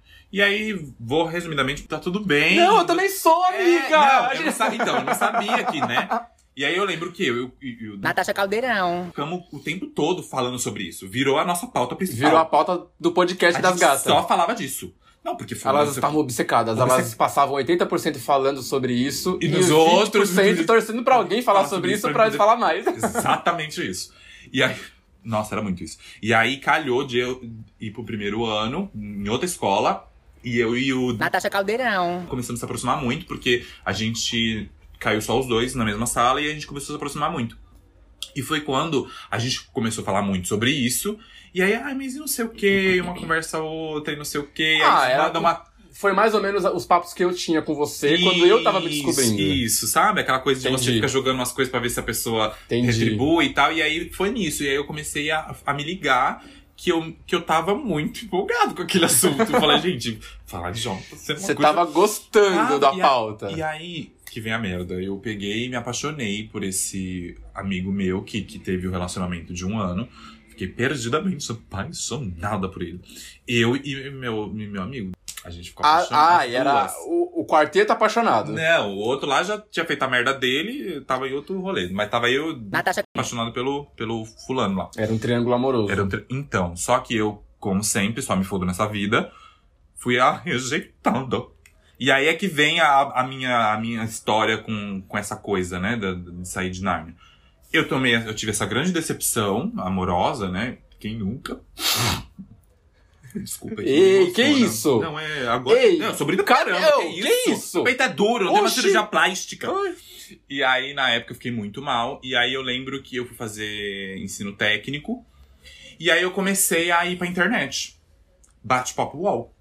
E aí, vou resumidamente, tá tudo bem. Não, eu também sou, É, amiga! não, A eu gente- não sabia, então, eu não sabia aqui, né? E aí eu lembro que eu e eu, eu, eu Natasha Caldeirão. ficamos o tempo todo falando sobre isso. Virou a nossa pauta principal. Virou a pauta do podcast A das gente gatas. só falava disso. Não, porque foi Elas estavam obcecadas. Elas Obce- passavam oitenta por cento falando sobre isso E e, nos os outros- vinte por cento torcendo pra alguém falar Fala sobre sobre isso isso pra pra eles falar mais. Exatamente isso. E aí, nossa, era muito isso. E aí calhou de eu ir pro primeiro ano, em outra escola, e eu e o Natasha Caldeirão. começamos a se aproximar muito, porque a gente caiu só os dois na mesma sala e a gente começou a se aproximar muito. E foi quando a gente começou a falar muito sobre isso, e aí, ai, mas e não sei o quê, uma conversa outra, e não sei o quê, e Ah, aí era- dá uma... Foi mais ou menos os papos que eu tinha com você quando eu tava me Isso, descobrindo. Isso, sabe? Aquela coisa de você Entendi. ficar jogando umas coisas pra ver se a pessoa Entendi. retribui e tal. E aí foi nisso. E aí eu comecei a, a me ligar que eu, que eu tava muito empolgado com aquele assunto. Eu falei, gente, falar de Jota. Você Você tava gostando Ah, da e a- pauta. E aí, que vem a merda. Eu peguei e me apaixonei por esse amigo meu que, que teve o um relacionamento de um ano. Fiquei perdidamente apaixonada por ele. Eu e meu, e meu amigo. A gente ficou apaixonado. Ah, ah e era o, o quarteto apaixonado. Não, o outro lá já tinha feito a merda dele, tava em outro rolê. Mas tava eu Natasha... apaixonado pelo, pelo fulano lá. Era um triângulo amoroso. Era um tri... Então, só que eu, como sempre, só me fodo nessa vida, fui a rejeitando. E aí é que vem a, a, minha, a minha história com, com essa coisa, né, de, de sair de Nárnia. Eu tomei, eu tive essa grande decepção amorosa, né? Quem nunca? Desculpa. Ei, que isso? Não, é agora. Ei, não, eu sou bonito cara, caramba. eu, que, que isso? isso? O peito é duro, eu tenho uma Oxi. cirurgia plástica. Ai. E aí, na época, eu fiquei muito mal. E aí, eu lembro que eu fui fazer ensino técnico. E aí, eu comecei a ir pra internet. Bate-papo U O L.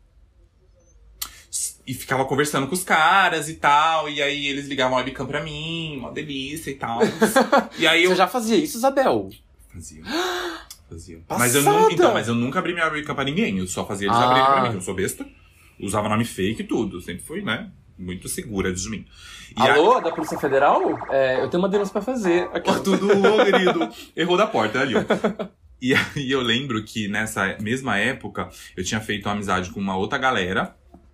E ficava conversando com os caras e tal. E aí, eles ligavam a webcam pra mim. Uma delícia e tal. E aí, eu... Você já fazia isso, Isabel? Fazia. Fazia. Passada. Mas eu, nunca, então, mas eu nunca abri minha webcam pra ninguém. Eu só fazia eles Ah. abrirem pra mim, que eu sou besta. Usava nome fake e tudo. Sempre fui, né? Muito segura de mim. E Alô, aí... da Polícia Federal? É, eu tenho uma denúncia pra fazer. Aqui. Ó, tudo, ô, querido. Errou da porta, ali, ó. E aí eu lembro que nessa mesma época, eu tinha feito uma amizade com uma outra galera.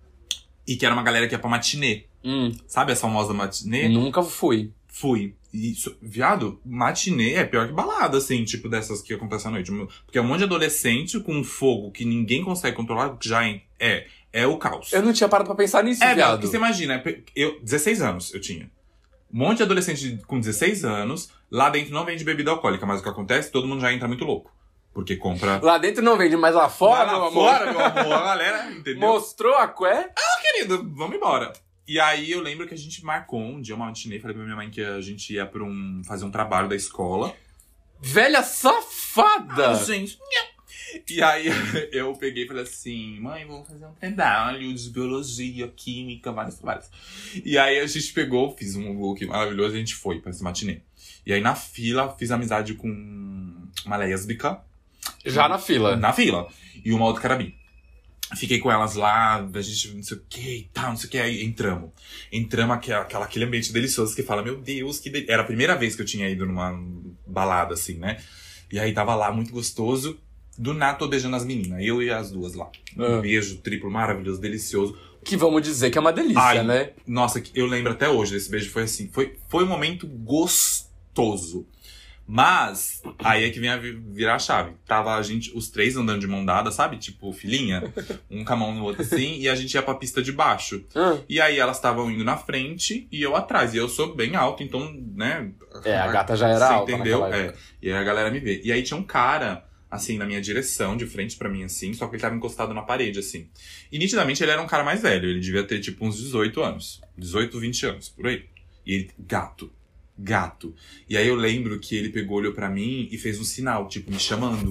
E que era uma galera que ia pra matinê. Hum, Sabe a famosa matinê? nunca fui. Fui. E, isso- viado, matinê é pior que balada, assim, tipo dessas que acontecem à noite. Porque é um monte de adolescente com um fogo que ninguém consegue controlar, que já é, é, é o caos. Eu não tinha parado pra pensar nisso, É, viado, viado. porque você imagina, eu, dezesseis anos eu tinha. Um monte de adolescente com dezesseis anos, lá dentro não vende bebida alcoólica, mas o que acontece, todo mundo já entra muito louco. Porque compra... Lá dentro não vende, mas lá fora, Lá meu amor. fora, meu amor, a galera, entendeu? Mostrou a cué? Querido, vamos embora. E aí eu lembro que a gente marcou um dia uma matinê, falei pra minha mãe que a gente ia pra um, fazer um trabalho da escola. Velha safada! Ah, gente. E aí eu peguei e falei assim, mãe, vamos fazer um trabalho de biologia, química, vários trabalhos. E aí a gente pegou, fiz um look maravilhoso e a gente foi pra esse matinê. E aí na fila, fiz amizade com uma lésbica. Já na fila. Na fila. E uma outra que era bi. Fiquei com elas lá, a gente não sei o que e tal, não sei o que, aí entramos. Entramos aquela, aquela, aquele ambiente delicioso que fala, meu Deus, que de... Era a primeira vez que eu tinha ido numa balada, assim, né? E aí tava lá, muito gostoso. Do nada, tô beijando as meninas, eu e as duas lá. Um Ah. beijo triplo, maravilhoso, delicioso. Que vamos dizer que é uma delícia, Ai, né? Nossa, eu lembro até hoje desse beijo, foi assim, foi, foi um momento gostoso. Mas, aí é que vem a vi- virar a chave. Tava a gente, os três andando de mão dada, sabe? Tipo, filhinha. Um com a mão no outro assim. E a gente ia pra pista de baixo. Ah, E aí elas estavam indo na frente e eu atrás. E eu sou bem alto, então, né? É, a gata já era você alta entendeu? naquela É. época. E aí a galera me vê. E aí tinha um cara, assim, na minha direção, de frente pra mim, assim. Só que ele tava encostado na parede, assim. E nitidamente ele era um cara mais velho. Ele devia ter, tipo, uns dezoito anos. dezoito, vinte anos, por aí. E ele, gato. Gato. E aí eu lembro que ele pegou, olhou pra mim e fez um sinal, tipo, me chamando.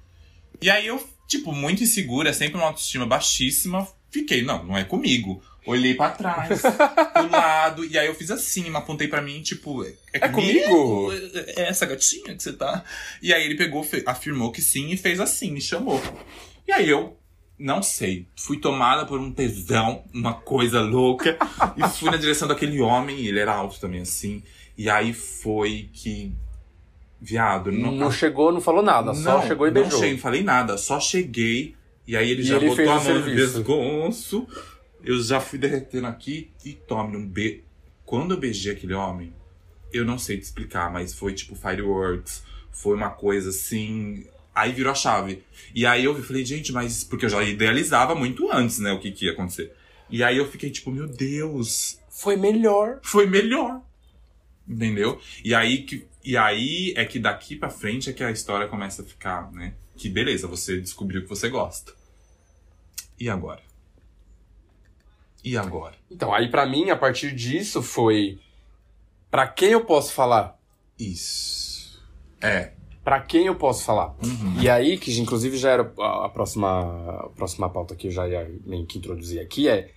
E aí eu, tipo, muito insegura, sempre uma autoestima baixíssima, fiquei, não, não é comigo. Olhei pra trás, pro lado, e aí eu fiz assim, me apontei pra mim, tipo, é, É comigo? É essa gatinha que você tá? E aí ele pegou, fe- afirmou que sim e fez assim, me chamou. E aí eu, não sei, fui tomada por um tesão, uma coisa louca, e fui na direção daquele homem, e ele era alto também, assim. E aí foi que, viado, Não, não, chegou, não falou nada, só não, chegou e não beijou. cheguei, não falei nada, só cheguei. E aí ele E já ele botou fez a o mão no serviço. pescoço. Eu já fui derretendo aqui e tome um beijo. Quando eu beijei aquele homem, eu não sei te explicar, mas foi tipo fireworks. Foi uma coisa assim. Aí virou a chave. E aí eu falei, gente, mas. Porque eu já idealizava muito antes, né, o que, que ia acontecer. E aí eu fiquei tipo, meu Deus, Foi melhor. foi melhor. Entendeu? E aí, que, e aí é que daqui pra frente é que a história começa a ficar, né? Que beleza, você descobriu que você gosta. E agora? E agora? Então, aí pra mim, a partir disso, foi... Pra quem eu posso falar? Isso. É. Pra quem eu posso falar? Uhum. E aí, que inclusive já era a a próxima, a próxima pauta que eu já ia meio que introduzir aqui, é...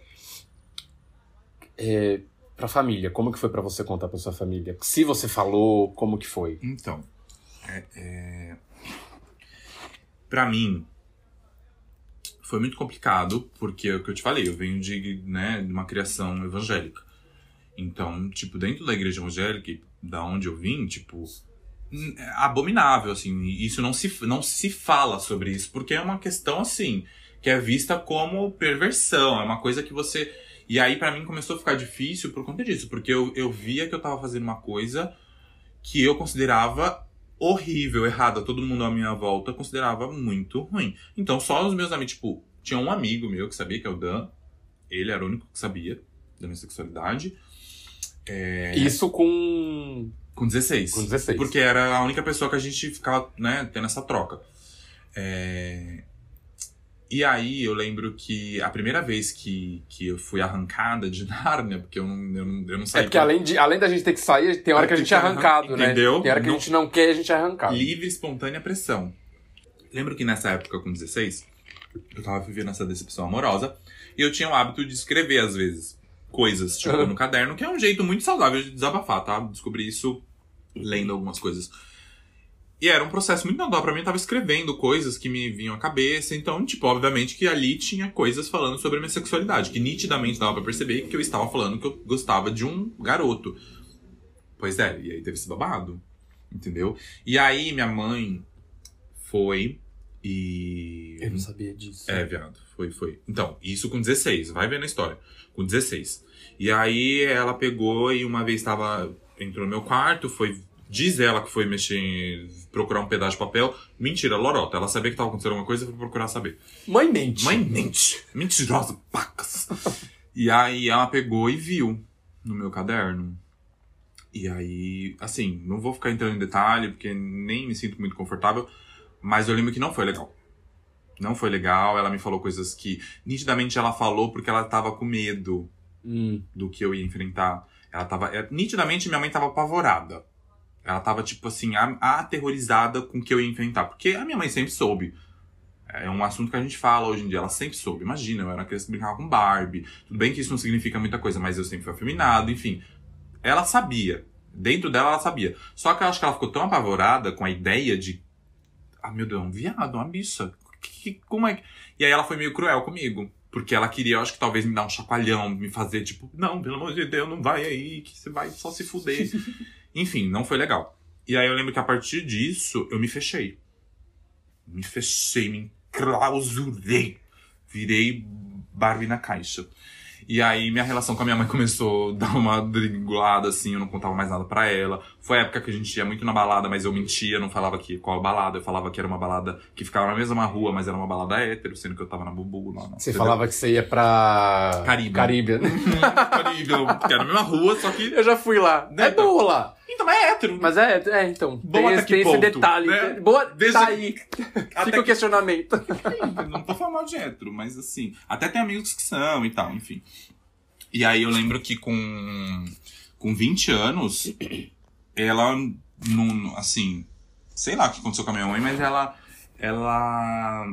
é pra família, como que foi pra você contar pra sua família? Se você falou, como que foi? Então, é, é... pra mim, foi muito complicado, porque é o que eu te falei, eu venho de, né, de uma criação evangélica. Então, tipo, dentro da igreja evangélica, da onde eu vim, tipo, é abominável, assim, e isso não se, não se fala sobre isso, porque é uma questão, assim, que é vista como perversão. É uma coisa que você... E aí, pra mim, começou a ficar difícil por conta disso. Porque eu, eu via que eu tava fazendo uma coisa que eu considerava horrível, errada. Todo mundo à minha volta considerava muito ruim. Então, só os meus amigos, tipo... Tinha um amigo meu que sabia, que é o Dan. Ele era o único que sabia da minha sexualidade. É... Isso com... Com dezesseis. Com dezesseis. Porque era a única pessoa que a gente ficava, né, tendo essa troca. É... E aí, eu lembro que a primeira vez que, que eu fui arrancada de Nárnia, porque eu não, eu não, eu não saí... É porque além, de, além da gente ter que sair, tem hora que a gente é arrancado, né? Entendeu? Tem hora que a gente não quer e a gente é arrancado. Livre, espontânea pressão. Lembro que nessa época, com dezesseis, eu tava vivendo essa decepção amorosa, e eu tinha o hábito de escrever, às vezes, coisas, tipo, Uhum. no caderno, que é um jeito muito saudável de desabafar, tá? Descobri isso lendo algumas coisas. E era um processo muito natural pra mim, eu tava escrevendo coisas que me vinham à cabeça, então, tipo, obviamente que ali tinha coisas falando sobre a minha sexualidade, que nitidamente dava pra perceber que eu estava falando que eu gostava de um garoto. Pois é, e aí teve esse babado, entendeu? E aí minha mãe foi e... Eu não sabia disso. É, viado, foi, foi. Então, isso com dezesseis, vai ver na história. Com dezesseis. E aí ela pegou e uma vez tava... Entrou no meu quarto, foi... Diz ela que foi mexer... Procurar um pedaço de papel. Mentira, lorota. Ela sabia que tava acontecendo alguma coisa e foi procurar saber. Mãe mente. Mãe mente. Mentirosa, pacas. E aí ela pegou e viu no meu caderno. E aí, assim, não vou ficar entrando em detalhe, porque nem me sinto muito confortável. Mas eu lembro que não foi legal. Não foi legal. Ela me falou coisas que... Nitidamente ela falou porque ela tava com medo Hum. do que eu ia enfrentar. Ela tava... é, Nitidamente minha mãe tava apavorada. Ela tava, tipo assim, a- aterrorizada com o que eu ia enfrentar. Porque a minha mãe sempre soube. É um assunto que a gente fala hoje em dia. Ela sempre soube. Imagina, eu era uma criança que brincava com Barbie. Tudo bem que isso não significa muita coisa, mas eu sempre fui afeminado, enfim. Ela sabia. Dentro dela, ela sabia. Só que eu acho que ela ficou tão apavorada com a ideia de... Ah, meu Deus, um viado, uma bicha. Que, que, como é que... E aí ela foi meio cruel comigo. Porque ela queria, eu acho que talvez me dar um chacoalhão, me fazer tipo... Não, pelo amor de Deus, não vai aí, que você vai só se fuder. Enfim, não foi legal. E aí eu lembro que a partir disso, eu me fechei. Me fechei, me enclausurei. Virei Barbie na caixa. E aí minha relação com a minha mãe começou a dar uma dribulada, assim, eu não contava mais nada pra ela. Foi a época que a gente ia muito na balada, mas eu mentia, não falava que qual balada. Eu falava que era uma balada que ficava na mesma rua, mas era uma balada hétero, sendo que eu tava na Bubu. Lá, não, Você entendeu? falava que você ia pra... Caribe. Caribe. Caribe, que era na mesma rua, só que... Eu já fui lá. É Então. boa lá. Então, mas é hétero. Mas é, é então. Bom tem até esse, que tem esse ponto, detalhe. né? Boa, Desde- tá aí. Até Fica o que- questionamento. Não tô falando mal de hétero, mas assim... Até tem amigos que são e tal, enfim. E aí eu lembro que com, com vinte anos, ela, não, assim, sei lá o que aconteceu com a minha mãe, mas ela, ela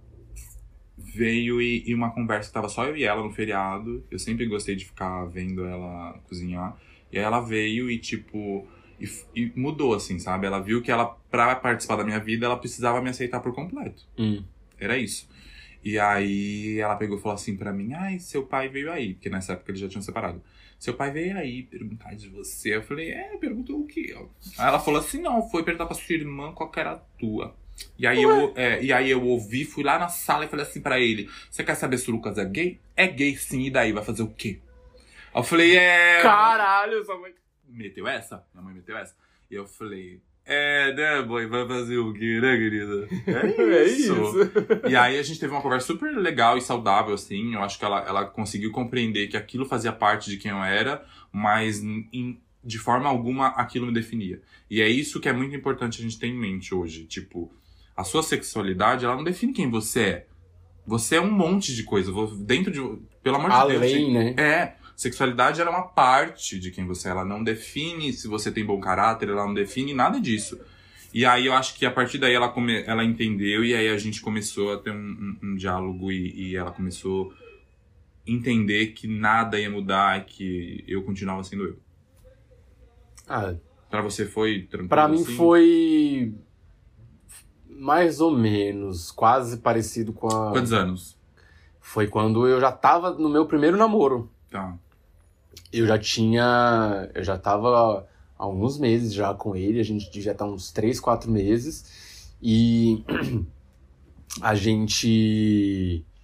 veio e, e uma conversa que tava só eu e ela no feriado. Eu sempre gostei de ficar vendo ela cozinhar. E aí ela veio e, tipo, e, e mudou, assim, sabe? Ela viu que ela, pra participar da minha vida, ela precisava me aceitar por completo. Hum. Era isso. E aí ela pegou e falou assim pra mim, ai, seu pai veio aí, porque nessa época eles já tinham separado. Seu pai veio aí perguntar de você. Eu falei, é, perguntou o quê? Aí ela falou assim, não, foi perguntar pra sua irmã qual que era a tua. E aí, eu, é, e aí eu ouvi, fui lá na sala e falei assim pra ele, você quer saber se o Lucas é gay? É gay sim, e daí? Vai fazer o quê? Aí eu falei, é... Caralho, sua mãe... Meteu essa? Minha mãe meteu essa? E eu falei... É, né, boy? Vai fazer o quê, né, querida? É isso. E aí a gente teve uma conversa super legal e saudável, assim. Eu acho que ela, ela conseguiu compreender que aquilo fazia parte de quem eu era, mas em, de forma alguma aquilo me definia. E é isso que é muito importante a gente ter em mente hoje. Tipo, a sua sexualidade, ela não define quem você é. Você é um monte de coisa. Dentro de... Pelo amor de Deus. Além, né? É. Sexualidade ela é uma parte de quem você é. Ela não define se você tem bom caráter, ela não define nada disso. E aí eu acho que a partir daí ela, come, ela entendeu e aí a gente começou a ter um, um, um diálogo e, e ela começou a entender que nada ia mudar, que eu continuava sendo eu. Ah, Pra você foi tranquilo? pra mim assim? foi mais ou menos, quase parecido com a... Quantos anos? Foi quando eu já tava no meu primeiro namoro. Tá. Eu já tinha... Eu já tava há alguns meses já com ele. A gente já tá uns três, quatro meses. E a gente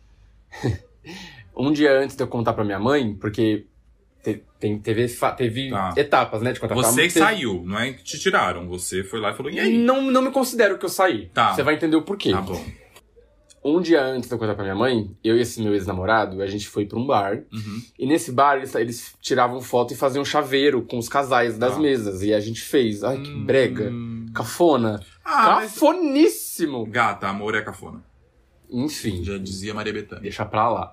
Um dia antes de eu contar pra minha mãe, porque te, tem, teve, teve Tá. etapas, né, de contar pra Você mãe. que Teve... saiu, não é que te tiraram. Você foi lá e falou, e aí? Não, não me considero que eu saí. Tá. Você vai entender o porquê. Tá bom. Um dia antes de eu contar pra minha mãe, eu e esse meu ex-namorado, a gente foi pra um bar. Uhum. E nesse bar, eles, eles tiravam foto e faziam chaveiro com os casais das Ah. mesas. E a gente fez. Ai, que brega. Hum. Cafona. Ah, mas... Cafoníssimo. Gata, amor é cafona. Enfim. Já dizia Maria Bethânia. Deixa pra lá.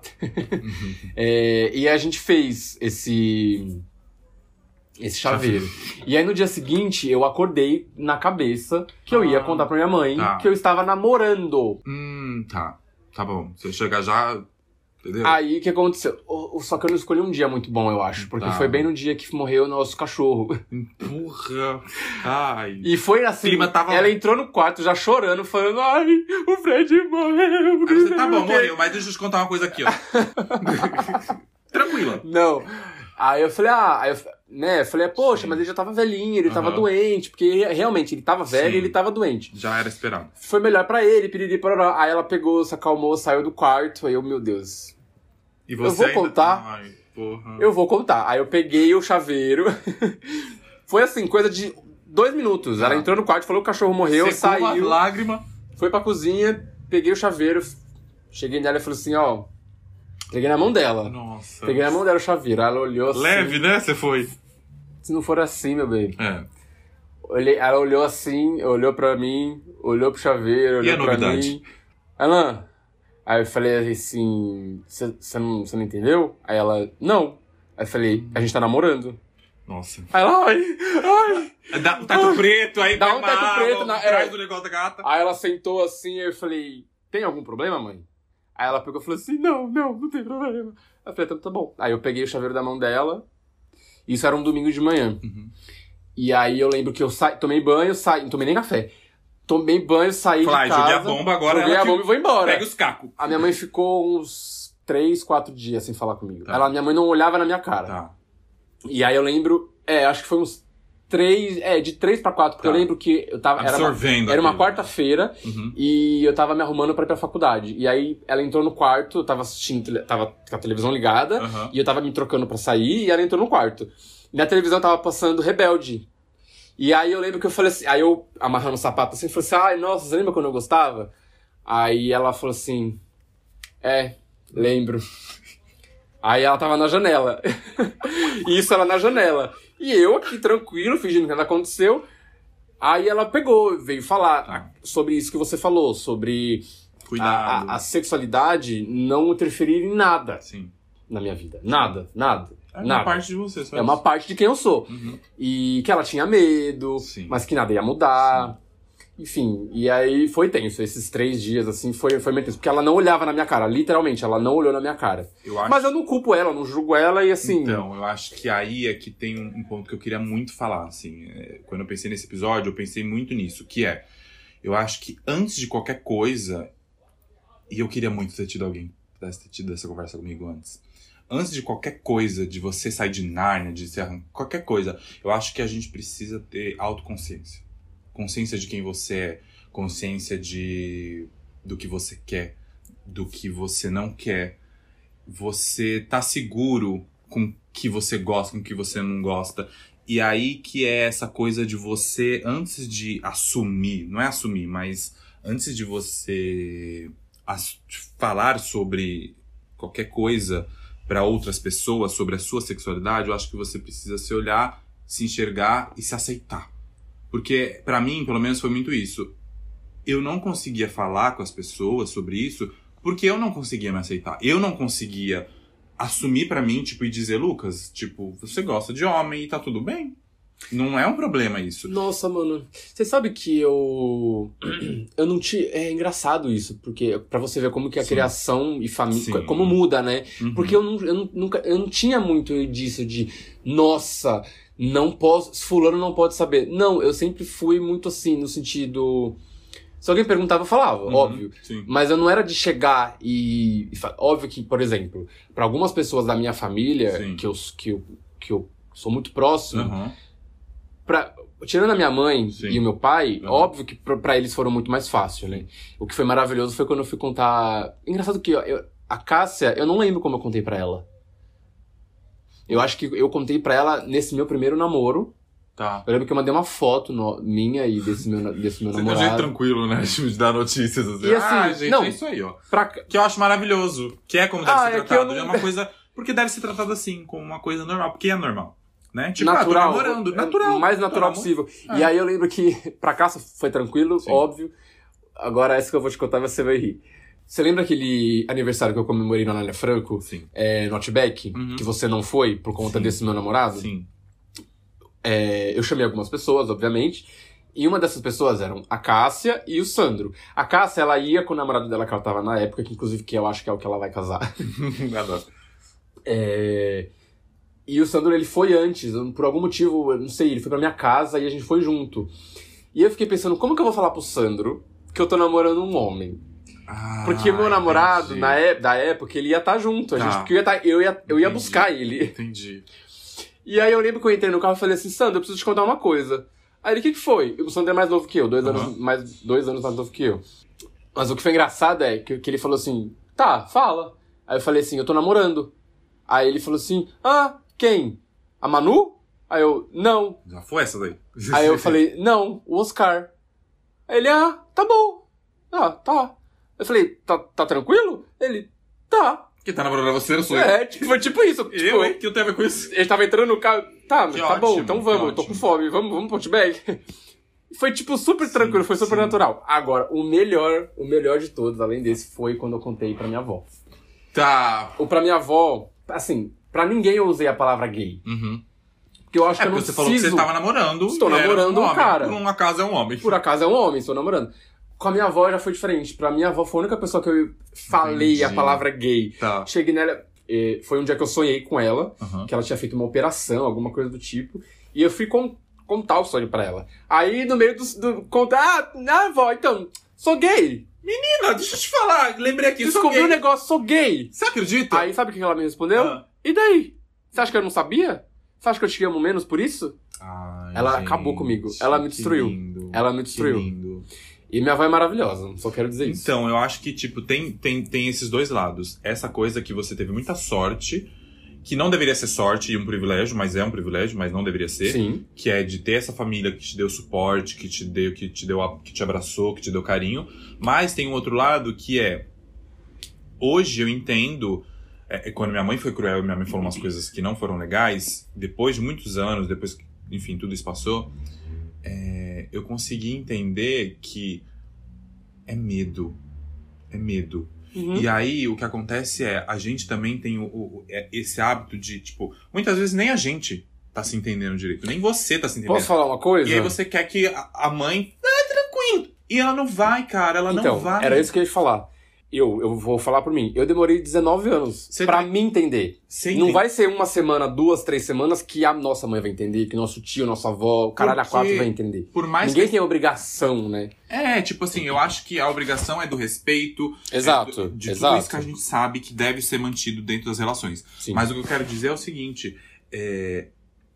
É, e a gente fez esse... Esse chaveiro. E aí no dia seguinte, eu acordei na cabeça que eu Ah. ia contar pra minha mãe Tá. que eu estava namorando. Hum, tá. Tá bom. Você chega já... Entendeu? Aí o que aconteceu? O- o- Só que eu não escolhi um dia muito bom, eu acho. Porque Tá. foi bem no dia que morreu o nosso cachorro. Empurra. Ai. E foi assim, clima tava- ela entrou no quarto já chorando, falando, ai, o Fred morreu. Aí você, tá bom, porque- morreu, mas deixa eu te contar uma coisa aqui, ó. Tranquila. Não. Aí eu falei, ah, aí eu, né, eu falei, poxa, mas ele já tava velhinho, ele tava Aham. doente, porque realmente ele tava velho Sim. e ele tava doente. Já era esperado. Foi melhor pra ele, piriri, pororó. Aí ela pegou, se acalmou, saiu do quarto, aí eu, meu Deus, E você vou ainda... contar. Ai, porra. eu vou contar. Aí eu peguei o chaveiro, foi assim, coisa de dois minutos. Ela Ah. entrou no quarto, falou que o cachorro morreu, Secou uma saiu, lágrima. foi pra cozinha, peguei o chaveiro, cheguei nela e falei assim, ó, peguei na mão dela. Nossa. Peguei na mão dela o chaveiro, ela olhou assim. Leve, né? Você foi. Se não for assim, meu bem. É. Olhei, ela olhou assim, olhou pra mim, olhou pro chaveiro, olhou a pra novidade? mim. Alan, aí eu falei assim, você não, cê não entendeu? Aí ela, não. Aí eu falei, a gente tá namorando. Nossa. Aí ela, ai, ai. Dá um teto preto, aí Dá vai um teto mal, preto na- Traz é. o negócio da gata. Aí ela sentou assim, aí eu falei, tem algum problema, mãe? Aí ela pegou e falou assim, não, não, não tem problema. Aí eu falei, então tá bom. Aí eu peguei o chaveiro da mão dela, isso era um domingo de manhã. Uhum. E aí eu lembro que eu sa... tomei banho, saí, não tomei nem café. Tomei banho, saí Fala, de "Ai, casa. joguei a bomba, agora Joguei ela a que bomba e vou embora. Pega os cacos. A minha mãe ficou uns três, quatro dias sem falar comigo. Tá. Ela, minha mãe não olhava na minha cara. Tá. E aí eu lembro, é, acho que foi uns três, é, de três pra quatro, porque Tá. eu lembro que eu tava... Era uma, Absorvendo era uma aquilo. quarta-feira Uhum. e eu tava me arrumando pra ir pra faculdade. E aí ela entrou no quarto, eu tava assistindo, tele- tava com a televisão ligada, Aham. e eu tava me trocando pra sair, e ela entrou no quarto. E na televisão tava passando Rebelde. E aí eu lembro que eu falei assim, aí eu amarrando o sapato assim, falei assim, ai, nossa, você lembra quando eu gostava? Aí ela falou assim, é, lembro. Aí ela tava na janela. Isso, ela na janela. E eu aqui, tranquilo, fingindo que nada aconteceu. Aí ela pegou, veio falar Tá. sobre isso que você falou, sobre a, Cuidado. a, a sexualidade não interferir em nada Sim. na minha vida. Nada, nada. É uma nada. parte de você, só É uma isso. parte de quem eu sou. Uhum. E que ela tinha medo, Sim. mas que nada ia mudar. Enfim, e aí foi tenso. Esses três dias, assim, foi, foi meio tenso. Porque ela não olhava na minha cara, literalmente, ela não olhou na minha cara. Eu acho... Mas eu não culpo ela, eu não julgo ela e assim... Então, eu acho que aí é que tem um, um ponto que eu queria muito falar, assim. É, quando eu pensei nesse episódio, eu pensei muito nisso, que é... Eu acho que antes de qualquer coisa... E eu queria muito ter tido alguém que pudesse ter tido essa conversa comigo antes. Antes de qualquer coisa, de você sair de Nárnia, de ser qualquer coisa, eu acho que a gente precisa ter autoconsciência. Consciência de quem você é, consciência de do que você quer, do que você não quer. Você tá seguro com o que você gosta, com o que você não gosta. E aí que é essa coisa de você, antes de assumir, não é assumir, mas antes de você as- falar sobre qualquer coisa para outras pessoas, sobre a sua sexualidade, eu acho que você precisa se olhar, se enxergar e se aceitar. Porque, pra mim, pelo menos, foi muito isso. Eu não conseguia falar com as pessoas sobre isso porque eu não conseguia me aceitar. Eu não conseguia assumir pra mim, tipo, e dizer, Lucas, tipo, você gosta de homem e tá tudo bem. Não é um problema isso. Nossa, mano, você sabe que eu... Eu não tinha... É engraçado isso, porque pra você ver como que a Sim. criação e família... Sim. Como muda, né? Uhum. Porque eu, não, eu, não, nunca, eu não tinha muito disso de... Nossa, não posso... Fulano não pode saber. Não, eu sempre fui muito assim, no sentido... Se alguém perguntava, eu falava, Uhum, óbvio. Sim. Mas eu não era de chegar e... e fa- Óbvio que, por exemplo, pra algumas pessoas da minha família, Sim. que eu, que, eu, que eu sou muito próximo... Uhum. Pra, tirando a minha mãe Sim. e o meu pai, Uhum. óbvio que pra, pra eles foram muito mais fácil, né? O que foi maravilhoso foi quando eu fui contar... Engraçado que ó, eu, A Cássia, eu não lembro como eu contei pra ela. Eu acho que eu contei pra ela nesse meu primeiro namoro. Tá. Eu lembro que eu mandei uma foto no, minha e desse meu, desse meu Você tem um namorado. jeito tranquilo, né? Tipo, de dar notícias. Assim. E assim, ah, gente, não, é isso aí, ó. Pra... Que eu acho maravilhoso. Que é como deve Ah, ser é que tratado. eu não- É uma coisa... Porque deve ser tratado assim, como uma coisa normal. Porque é normal. Né? Tipo, natural, ah, tô namorando. é Natural. o mais natural Tá, possível. É. E aí eu lembro que pra Cássia foi tranquilo, Sim. óbvio. Agora essa que eu vou te contar você vai rir. Você lembra aquele aniversário que eu comemorei na Anália Franco? Sim. É, no Outback? Uhum. Que você não foi por conta Sim. desse meu namorado? Sim. É, eu chamei algumas pessoas, obviamente. E uma dessas pessoas eram a Cássia e o Sandro. A Cássia, ela ia com o namorado dela que ela tava na época, que inclusive que eu acho que é o que ela vai casar. Adoro. É... E o Sandro, ele foi antes, por algum motivo, eu não sei, ele foi pra minha casa e a gente foi junto. E eu fiquei pensando, como que eu vou falar pro Sandro que eu tô namorando um homem? Ah, Porque o meu namorado, entendi. na é, da época, ele ia estar junto. A Tá. gente, porque eu ia, tá, eu ia, eu ia Entendi. buscar ele. Entendi. E aí eu lembro que eu entrei no carro e falei assim, Sandro, eu preciso te contar uma coisa. Aí ele, o que que foi? O Sandro é mais novo que eu, dois, Uhum. anos, mais, dois anos mais novo que eu. Mas o que foi engraçado é que, que ele falou assim, tá, fala. Aí eu falei assim, eu tô namorando. Aí ele falou assim, ah, quem? A Manu? Aí eu, não. Já foi essa daí? Aí eu falei, não, o Oscar. Aí ele, ah, tá bom. Ah, tá. Eu falei, tá, tá tranquilo? Ele, tá. Quem tá namorando você, não sou eu. É, tipo, foi tipo isso. Tipo, Eu, hein? Que eu tenho a ver com isso? ele tava entrando no carro. Tá, Que tá ótimo, bom, então que vamos, eu tô ótimo. com fome, vamos, vamos pro Outback. Foi, tipo, super Sim, tranquilo, foi super sim. natural. Agora, o melhor, o melhor de todos, além desse, foi quando eu contei pra minha avó. Tá. Ou pra minha avó, assim, pra ninguém eu usei a palavra gay. Uhum. Porque eu acho É que eu não porque você falou que preciso... você tava namorando. Estou e era namorando um homem. cara. Por um acaso é um homem. Por acaso é um homem, estou namorando. Com a minha avó já foi diferente. Pra minha avó foi a única pessoa que eu falei Entendi. a palavra gay. Tá. Cheguei nela... eh, Foi um dia que eu sonhei com ela. Uhum. Que ela tinha feito uma operação, alguma coisa do tipo. E eu fui con- contar o sonho pra ela. Aí, no meio do... do contar... Ah, ah, avó, então... Sou gay. Menina, deixa eu te falar. Lembrei aqui. sou Descobri um gay. negócio, sou gay. Você acredita? Aí, sabe o que ela me respondeu? Ah. E daí? Você acha que eu não sabia? Você acha que eu te amo menos por isso? Ai, Ela gente, acabou comigo. Ela me que destruiu. lindo, Ela me que destruiu. lindo. E minha avó é maravilhosa, só quero dizer isso. Então, eu acho que, tipo, tem, tem, tem esses dois lados. Essa coisa que você teve muita sorte, que não deveria ser sorte e um privilégio, mas é um privilégio, mas não deveria ser. Sim. Que é de ter essa família que te deu suporte, que te deu, que te deu, a- que te abraçou, que te deu carinho. Mas tem um outro lado que é... Hoje eu entendo... É, é quando minha mãe foi cruel e minha mãe falou umas coisas que não foram legais, depois de muitos anos, depois que, enfim, tudo isso passou, é, eu consegui entender que é medo. É medo. Uhum. E aí, o que acontece é, a gente também tem o, o- é esse hábito de, tipo, muitas vezes nem a gente tá se entendendo direito, nem você tá se entendendo. Posso falar uma coisa? E aí você quer que a, a mãe, ah, tranquilo. E ela não vai, cara, ela então, não vai. era isso que eu ia te falar. Eu, eu vou falar por mim. Eu demorei dezenove anos Você pra vai- me entender. Você Não entende? vai ser uma semana, duas, três semanas que a nossa mãe vai entender, que nosso tio, nossa avó, o caralho a Porque quatro vai entender. Por mais Ninguém que... tem obrigação, né? É, tipo assim, eu acho que a obrigação é do respeito. Exato, é do- de exato. tudo isso que a gente sabe que deve ser mantido dentro das relações. Sim. Mas o que eu quero dizer é o seguinte, é...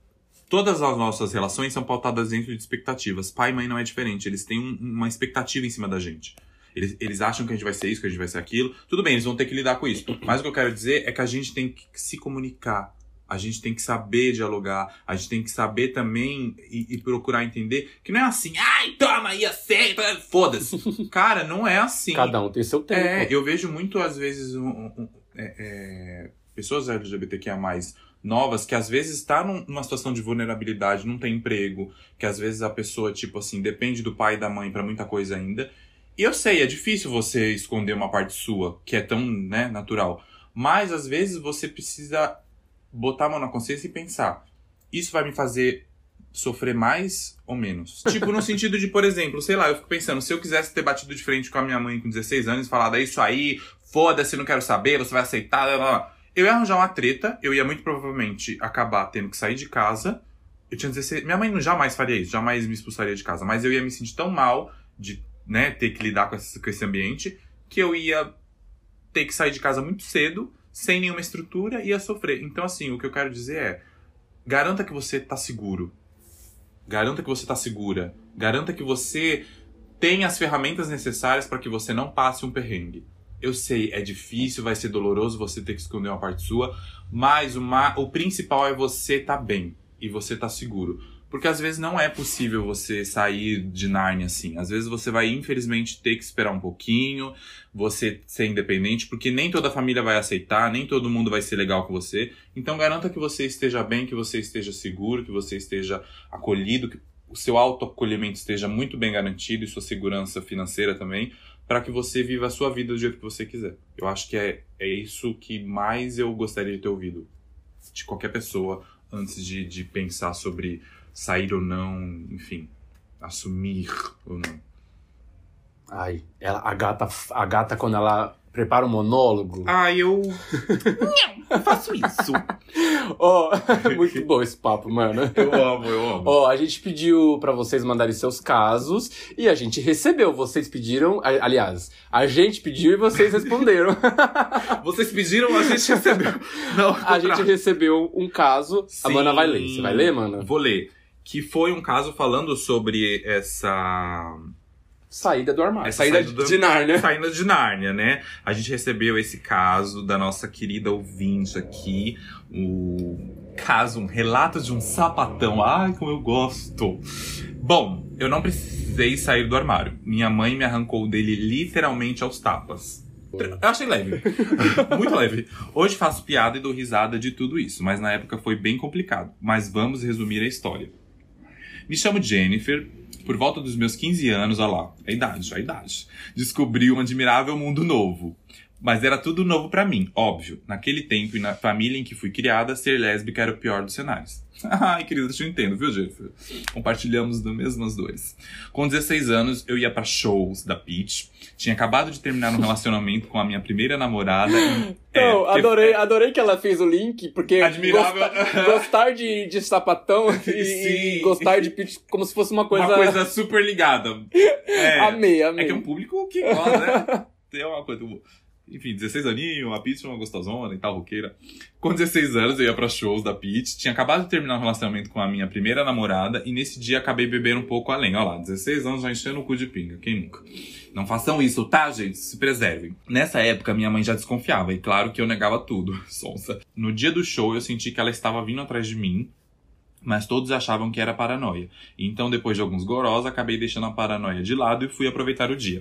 todas as nossas relações são pautadas dentro de expectativas. Pai e mãe não é diferente, eles têm um- uma expectativa em cima da gente. Eles, eles acham que a gente vai ser isso, que a gente vai ser aquilo. Tudo bem, eles vão ter que lidar com isso. Mas o que eu quero dizer é que a gente tem que se comunicar. A gente tem que saber dialogar. A gente tem que saber também e, e procurar entender que não é assim, ai, toma aí, aceita, foda-se. Cara, não é assim. Cada um tem seu tempo. É, eu vejo muito, às vezes, um, um, um, é, é, pessoas L G B T Q I A mais, novas, que às vezes está num, numa situação de vulnerabilidade, não tem emprego, que às vezes a pessoa, tipo assim, depende do pai e da mãe pra muita coisa ainda. E eu sei, é difícil você esconder uma parte sua, que é tão, né, natural. Mas, às vezes, você precisa botar a mão na consciência e pensar, isso vai me fazer sofrer mais ou menos? Tipo, no sentido de, por exemplo, sei lá, eu fico pensando, se eu quisesse ter batido de frente com a minha mãe com dezesseis anos e falado, é isso aí, foda-se, não quero saber, você vai aceitar, blá, blá, blá. Eu ia arranjar uma treta, eu ia muito provavelmente acabar tendo que sair de casa. Eu tinha dezesseis... Minha mãe não jamais faria isso, jamais me expulsaria de casa, mas eu ia me sentir tão mal de, né, ter que lidar com esse, com esse ambiente, que eu ia ter que sair de casa muito cedo, sem nenhuma estrutura, e ia sofrer. Então, assim, o que eu quero dizer é, garanta que você tá seguro. Garanta que você tá segura. Garanta que você tem as ferramentas necessárias para que você não passe um perrengue. Eu sei, é difícil, vai ser doloroso você ter que esconder uma parte sua, mas uma, o principal é você tá bem e você tá seguro. Porque às vezes não é possível você sair de Nárnia assim. Às vezes você vai, infelizmente, ter que esperar um pouquinho, você ser independente, porque nem toda a família vai aceitar, nem todo mundo vai ser legal com você. Então garanta que você esteja bem, que você esteja seguro, que você esteja acolhido, que o seu autoacolhimento esteja muito bem garantido e sua segurança financeira também, para que você viva a sua vida do jeito que você quiser. Eu acho que é, é isso que mais eu gostaria de ter ouvido de qualquer pessoa antes de, de pensar sobre sair ou não, enfim, assumir ou não. Ai, ela, a, gata, a gata, quando ela prepara um monólogo... Ah, eu... Não, eu faço isso. Ó, oh, muito bom esse papo, mano. Eu amo, eu amo. Ó, oh, a gente pediu pra vocês mandarem seus casos e a gente recebeu. Vocês pediram... Aliás, a gente pediu e vocês responderam. Vocês pediram, a gente recebeu. Não, a gente recebeu um caso. Sim. A Mana vai ler. Você vai ler, Mana? Vou ler. Que foi um caso falando sobre essa... Saída do armário. Essa saída, saída do... de Nárnia. Saída de Nárnia, né? A gente recebeu esse caso da nossa querida ouvinte aqui. O caso, um relato de um sapatão. Ai, como eu gosto. Bom, eu não precisei sair do armário. Minha mãe me arrancou dele literalmente aos tapas. Eu achei leve. Muito leve. Hoje faço piada e dou risada de tudo isso, mas na época foi bem complicado. Mas vamos resumir a história. Me chamo Jennifer. Por volta dos meus quinze anos, olha lá, a idade, a idade. Descobri um admirável mundo novo. Mas era tudo novo pra mim, óbvio. Naquele tempo e na família em que fui criada, ser lésbica era o pior dos cenários. Ai, querida, eu entendo, viu, Jennifer? Compartilhamos das mesmas dores. Com dezesseis anos, eu ia pra shows da Peach. Tinha acabado de terminar um relacionamento com a minha primeira namorada. E, é, Não, adorei, adorei que ela fez o link, porque admirável. Gostar, gostar de, de sapatão e, e gostar de Peach como se fosse uma coisa... Uma coisa super ligada. É, amei, amei. É que é um público que gosta, né? Tem uma coisa... Enfim, dezesseis aninhos, a Peach é uma gostosona e tal, roqueira. Com dezesseis anos eu ia pra shows da Peach. Tinha acabado de terminar um relacionamento com a minha primeira namorada. E nesse dia acabei bebendo um pouco além. Olha lá, dezesseis anos já enchendo o cu de pinga. Quem nunca? Não façam isso, tá, gente? Se preservem. Nessa época, minha mãe já desconfiava. E claro que eu negava tudo. Sonsa. No dia do show, eu senti que ela estava vindo atrás de mim. Mas todos achavam que era paranoia. Então, depois de alguns gorós, acabei deixando a paranoia de lado e fui aproveitar o dia.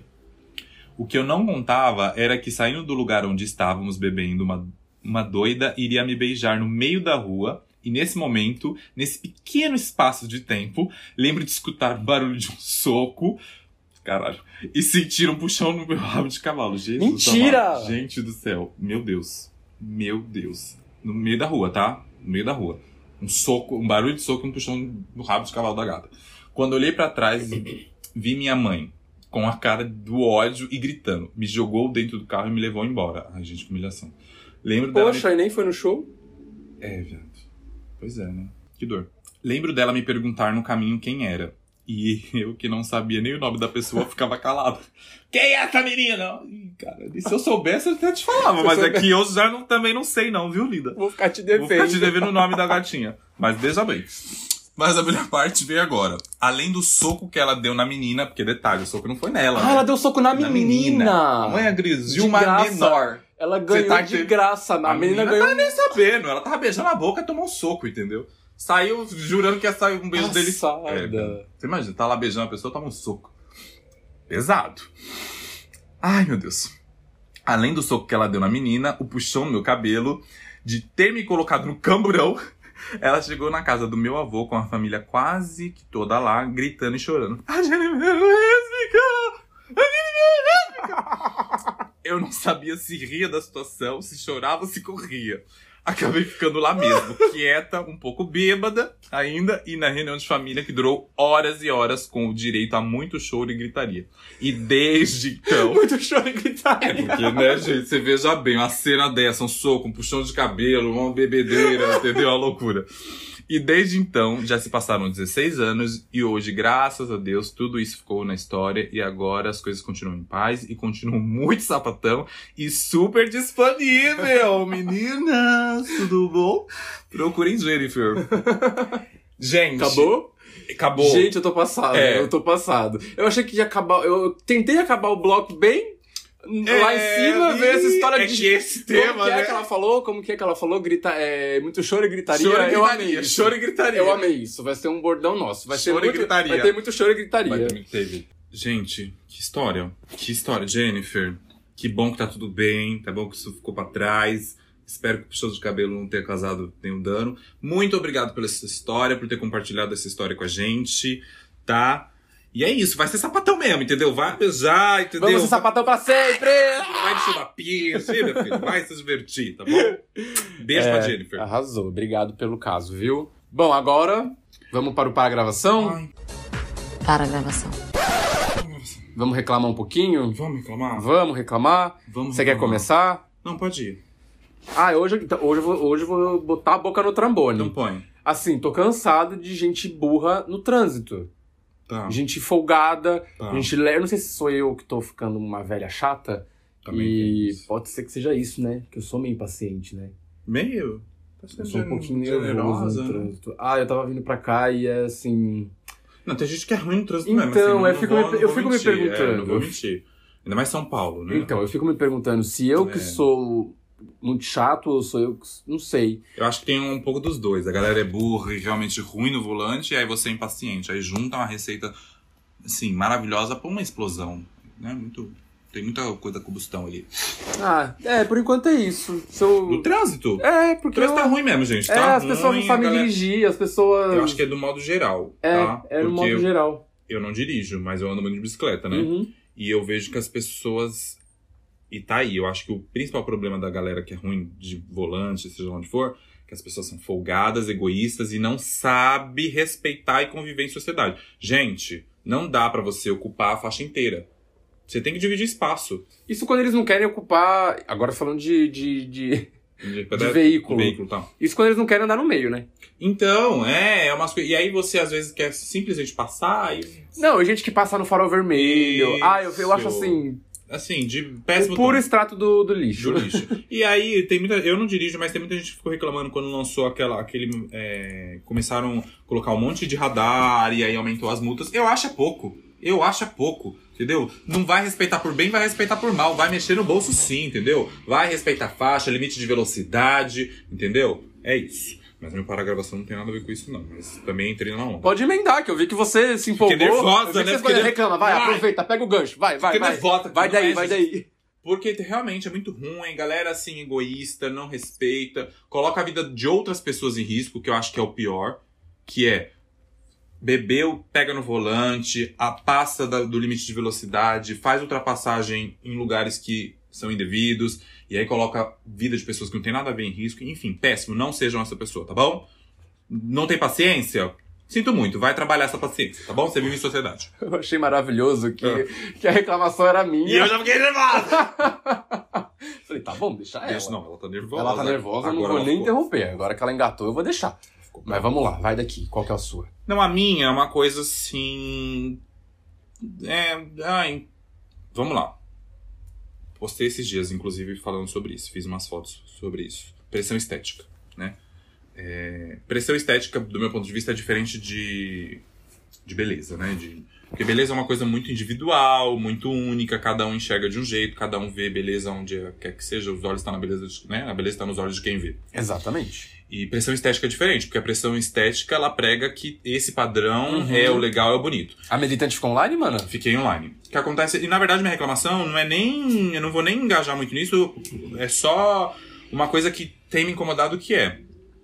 O que eu não contava era que, saindo do lugar onde estávamos bebendo, uma, uma doida iria me beijar no meio da rua. E nesse momento, nesse pequeno espaço de tempo, lembro de escutar o barulho de um soco. Caralho. E sentir um puxão no meu rabo de cavalo. Jesus, mentira! Amado. Gente do céu. Meu Deus. Meu Deus. No meio da rua, tá? No meio da rua. Um soco, um barulho de soco e um puxão no rabo de cavalo da gata. Quando olhei pra trás, vi minha mãe com a cara do ódio e gritando. Me jogou dentro do carro e me levou embora. Ai, gente, que humilhação. Lembro dela... Poxa, me... e nem foi no show? É, viado. Pois é, né? Que dor. Lembro dela me perguntar no caminho quem era. E eu, que não sabia nem o nome da pessoa, ficava calado. Quem é essa menina? Ih, cara, se eu soubesse, eu até te falava. Mas é que eu já não, também não sei não, viu, linda? Vou ficar te devendo. Vou ficar te devendo o nome da gatinha. Mas veja bem. Mas a melhor parte veio agora. Além do soco que ela deu na menina, porque detalhe, o soco não foi nela. Ah, né? ela deu soco na, na menina. menina. A mãe agrediu uma graça. menor. Ela ganhou tá de entendendo? graça. A, a menina, menina ganhou... tava nem sabendo. Ela tava beijando a boca e tomou um soco, entendeu? Saiu jurando que ia sair um beijo dele. É, você imagina, tá lá beijando a pessoa, toma um soco. Pesado. Ai, meu Deus. Além do soco que ela deu na menina, o puxão no meu cabelo, de ter me colocado no camburão, ela chegou na casa do meu avô com a família quase que toda lá, gritando e chorando. A Jennifer é lésbica! A Jennifer é lésbica! Eu não sabia se ria da situação, se chorava ou se corria. Acabei ficando lá mesmo, quieta, um pouco bêbada ainda, e na reunião de família que durou horas e horas com o direito a muito choro e gritaria. E desde então... muito choro e gritaria. É porque, né, gente, você veja bem, uma cena dessa, um soco, um puxão de cabelo, uma bebedeira, entendeu? Uma loucura. E desde então, já se passaram dezesseis anos e hoje, graças a Deus, tudo isso ficou na história e agora as coisas continuam em paz e continuam muito sapatão e super disponível. Meninas, tudo bom? Procurem Jennifer. Gente. Acabou? Acabou. Gente, eu tô passado, é. eu tô passado. Eu achei que ia acabar, eu tentei acabar o bloco bem... É, lá em cima veio essa história é de... que esse Como tema, que é né? que ela falou? Como que é que ela falou? Grita, é, muito choro e gritaria. Choro e Eu gritaria, amei isso. choro e gritaria. Eu amei isso. Vai ser um bordão nosso. Vai Choro ser e muito, gritaria. Vai ter muito choro e gritaria. Vai ter, teve. Gente, que história. Que história, Jennifer. Que bom que tá tudo bem. Tá bom que isso ficou pra trás. Espero que o puxador de cabelo não tenha causado nenhum dano. Muito obrigado pela sua história, por ter compartilhado essa história com a gente, tá? E é isso, vai ser sapatão mesmo, entendeu? Vai beijar, entendeu? Vamos ser sapatão pra sempre! Vai de chupapinha, meu filho. Vai se divertir, tá bom? Beijo É, pra Jennifer. Arrasou. Obrigado pelo caso, viu? Bom, agora vamos para o para a gravação. Ai, Para a gravação. Vamos reclamar um pouquinho? vamos reclamar? Vamos reclamar? Vamos Você quer reclamar. começar? Não, pode ir. Ah, hoje, então, hoje, eu vou, hoje eu vou botar a boca no trambone. Não põe. Assim, tô cansado de gente burra no trânsito. Tá. Gente folgada, Tá. gente le... Eu não sei se sou eu que tô ficando uma velha chata. Também tem e isso. pode ser que seja isso, né? Que eu sou meio impaciente, né? Meio? Tá Eu sendo sou um pouquinho generosa, nervoso no né? trânsito. Ah, eu tava vindo pra cá e é assim... Não, tem gente que é ruim no trânsito Então, mesmo. Assim, não, eu não fico vou, me- não eu vou fico me mentir, perguntando. É, não vou mentir. Ainda mais São Paulo, né? Então, eu fico me perguntando se eu que É. sou muito chato ou sou eu que... Não sei. Eu acho que tem um pouco dos dois. A galera é burra e realmente ruim no volante, e aí você é impaciente. Aí junta uma receita, assim, maravilhosa pra uma explosão. Né? Muito... Tem muita coisa da combustão ali. Ah, é, por enquanto é isso. Se eu... No trânsito? É, O porque... trânsito eu... tá ruim mesmo, gente. É, Tá as pessoas não ruim, sabem a galera- dirigir, as pessoas... Eu acho que é do modo geral, É, tá? é no Porque modo eu, geral. eu não dirijo, mas eu ando muito de bicicleta, né? Uhum. E eu vejo que as pessoas... E tá aí, eu acho que o principal problema da galera que é ruim de volante, seja onde for, que as pessoas são folgadas, egoístas e não sabe respeitar e conviver em sociedade. Gente, não dá pra você ocupar a faixa inteira. Você tem que dividir espaço. Isso quando eles não querem ocupar... Agora falando de... de, de... De, veículo. de veículo, tá. Isso quando eles não querem andar no meio, né? Então, é, é umas coisas. E aí você às vezes quer simplesmente passar e. Não, gente que passa no farol vermelho. Isso. Ah, eu, eu acho assim... Assim, de O péssimo puro tom. extrato do, do lixo. Do lixo. E aí, tem muita. Eu não dirijo, mas tem muita gente que ficou reclamando quando lançou aquela. Aquele. É, começaram a colocar um monte de radar e aí aumentou as multas. Eu acho é pouco. Eu acho é pouco. Entendeu? Não vai respeitar por bem, vai respeitar por mal. Vai mexer no bolso sim, entendeu? Vai respeitar faixa, limite de velocidade, entendeu? É isso. Mas meu para a gravação não tem nada a ver com isso, não. Mas também entrei na onda. Pode emendar, que eu vi que você se empolgou. nervosa, eu vi que né? Você Fiquei Fiquei... ner- reclama, vai, Vai. aproveita, pega o gancho, vai, vai, Fiquei vai. nervosa, Vai não daí, é, vai gente. daí. Porque realmente é muito ruim, galera assim, egoísta, não respeita, coloca a vida de outras pessoas em risco, que eu acho que é o pior, que é bebeu, pega no volante, a passa da- do limite de velocidade, faz ultrapassagem em lugares que são indevidos, e aí coloca a vida de pessoas que não tem nada a ver em risco, enfim, péssimo, não sejam essa pessoa, tá bom? Não tem paciência? Sinto muito, vai trabalhar essa paciência, tá bom? Você vive em sociedade. Eu achei maravilhoso que, Ah. que a reclamação era minha. E eu já fiquei nervosa! Falei, tá bom, deixa ela. Deixa, não, ela tá nervosa. Ela tá nervosa, eu não Agora vou ela nem ficou. interromper. Agora que ela engatou, eu vou deixar. Mas vamos lá, vai daqui. Qual que é a sua? Não, a minha é uma coisa assim. É. Ai. Vamos lá. Postei esses dias, inclusive, falando sobre isso. Fiz umas fotos sobre isso. Pressão estética, né? É, pressão estética, do meu ponto de vista, é diferente de, de beleza, né? De, porque beleza é uma coisa muito individual, muito única. Cada um enxerga de um jeito, cada um vê beleza onde quer que seja. Os olhos estão na beleza, de, né? A beleza está nos olhos de quem vê. Exatamente. E pressão estética é diferente, porque a pressão estética, ela prega que esse padrão Uhum. é o legal, é o bonito. A militante ficou online, mano? Fiquei online. O que acontece... E, na verdade, minha reclamação não é nem... Eu não vou nem engajar muito nisso. É só uma coisa que tem me incomodado, que é...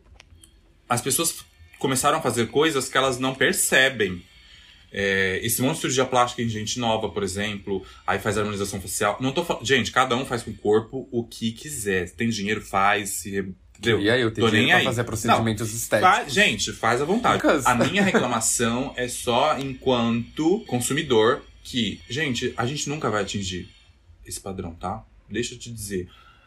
As pessoas começaram a fazer coisas que elas não percebem. É, esse monte de cirurgia plástica em gente nova, por exemplo, aí faz harmonização facial. Não tô falando... Gente, cada um faz com o corpo o que quiser. Se tem dinheiro, faz. Se... Entendeu? E aí, eu tenho Tô nem dinheiro pra aí. fazer procedimentos estéticos. Faz- gente, faz à vontade. Lucas. A minha reclamação é só enquanto consumidor que, gente, a gente nunca vai atingir esse padrão, tá? Deixa eu te dizer.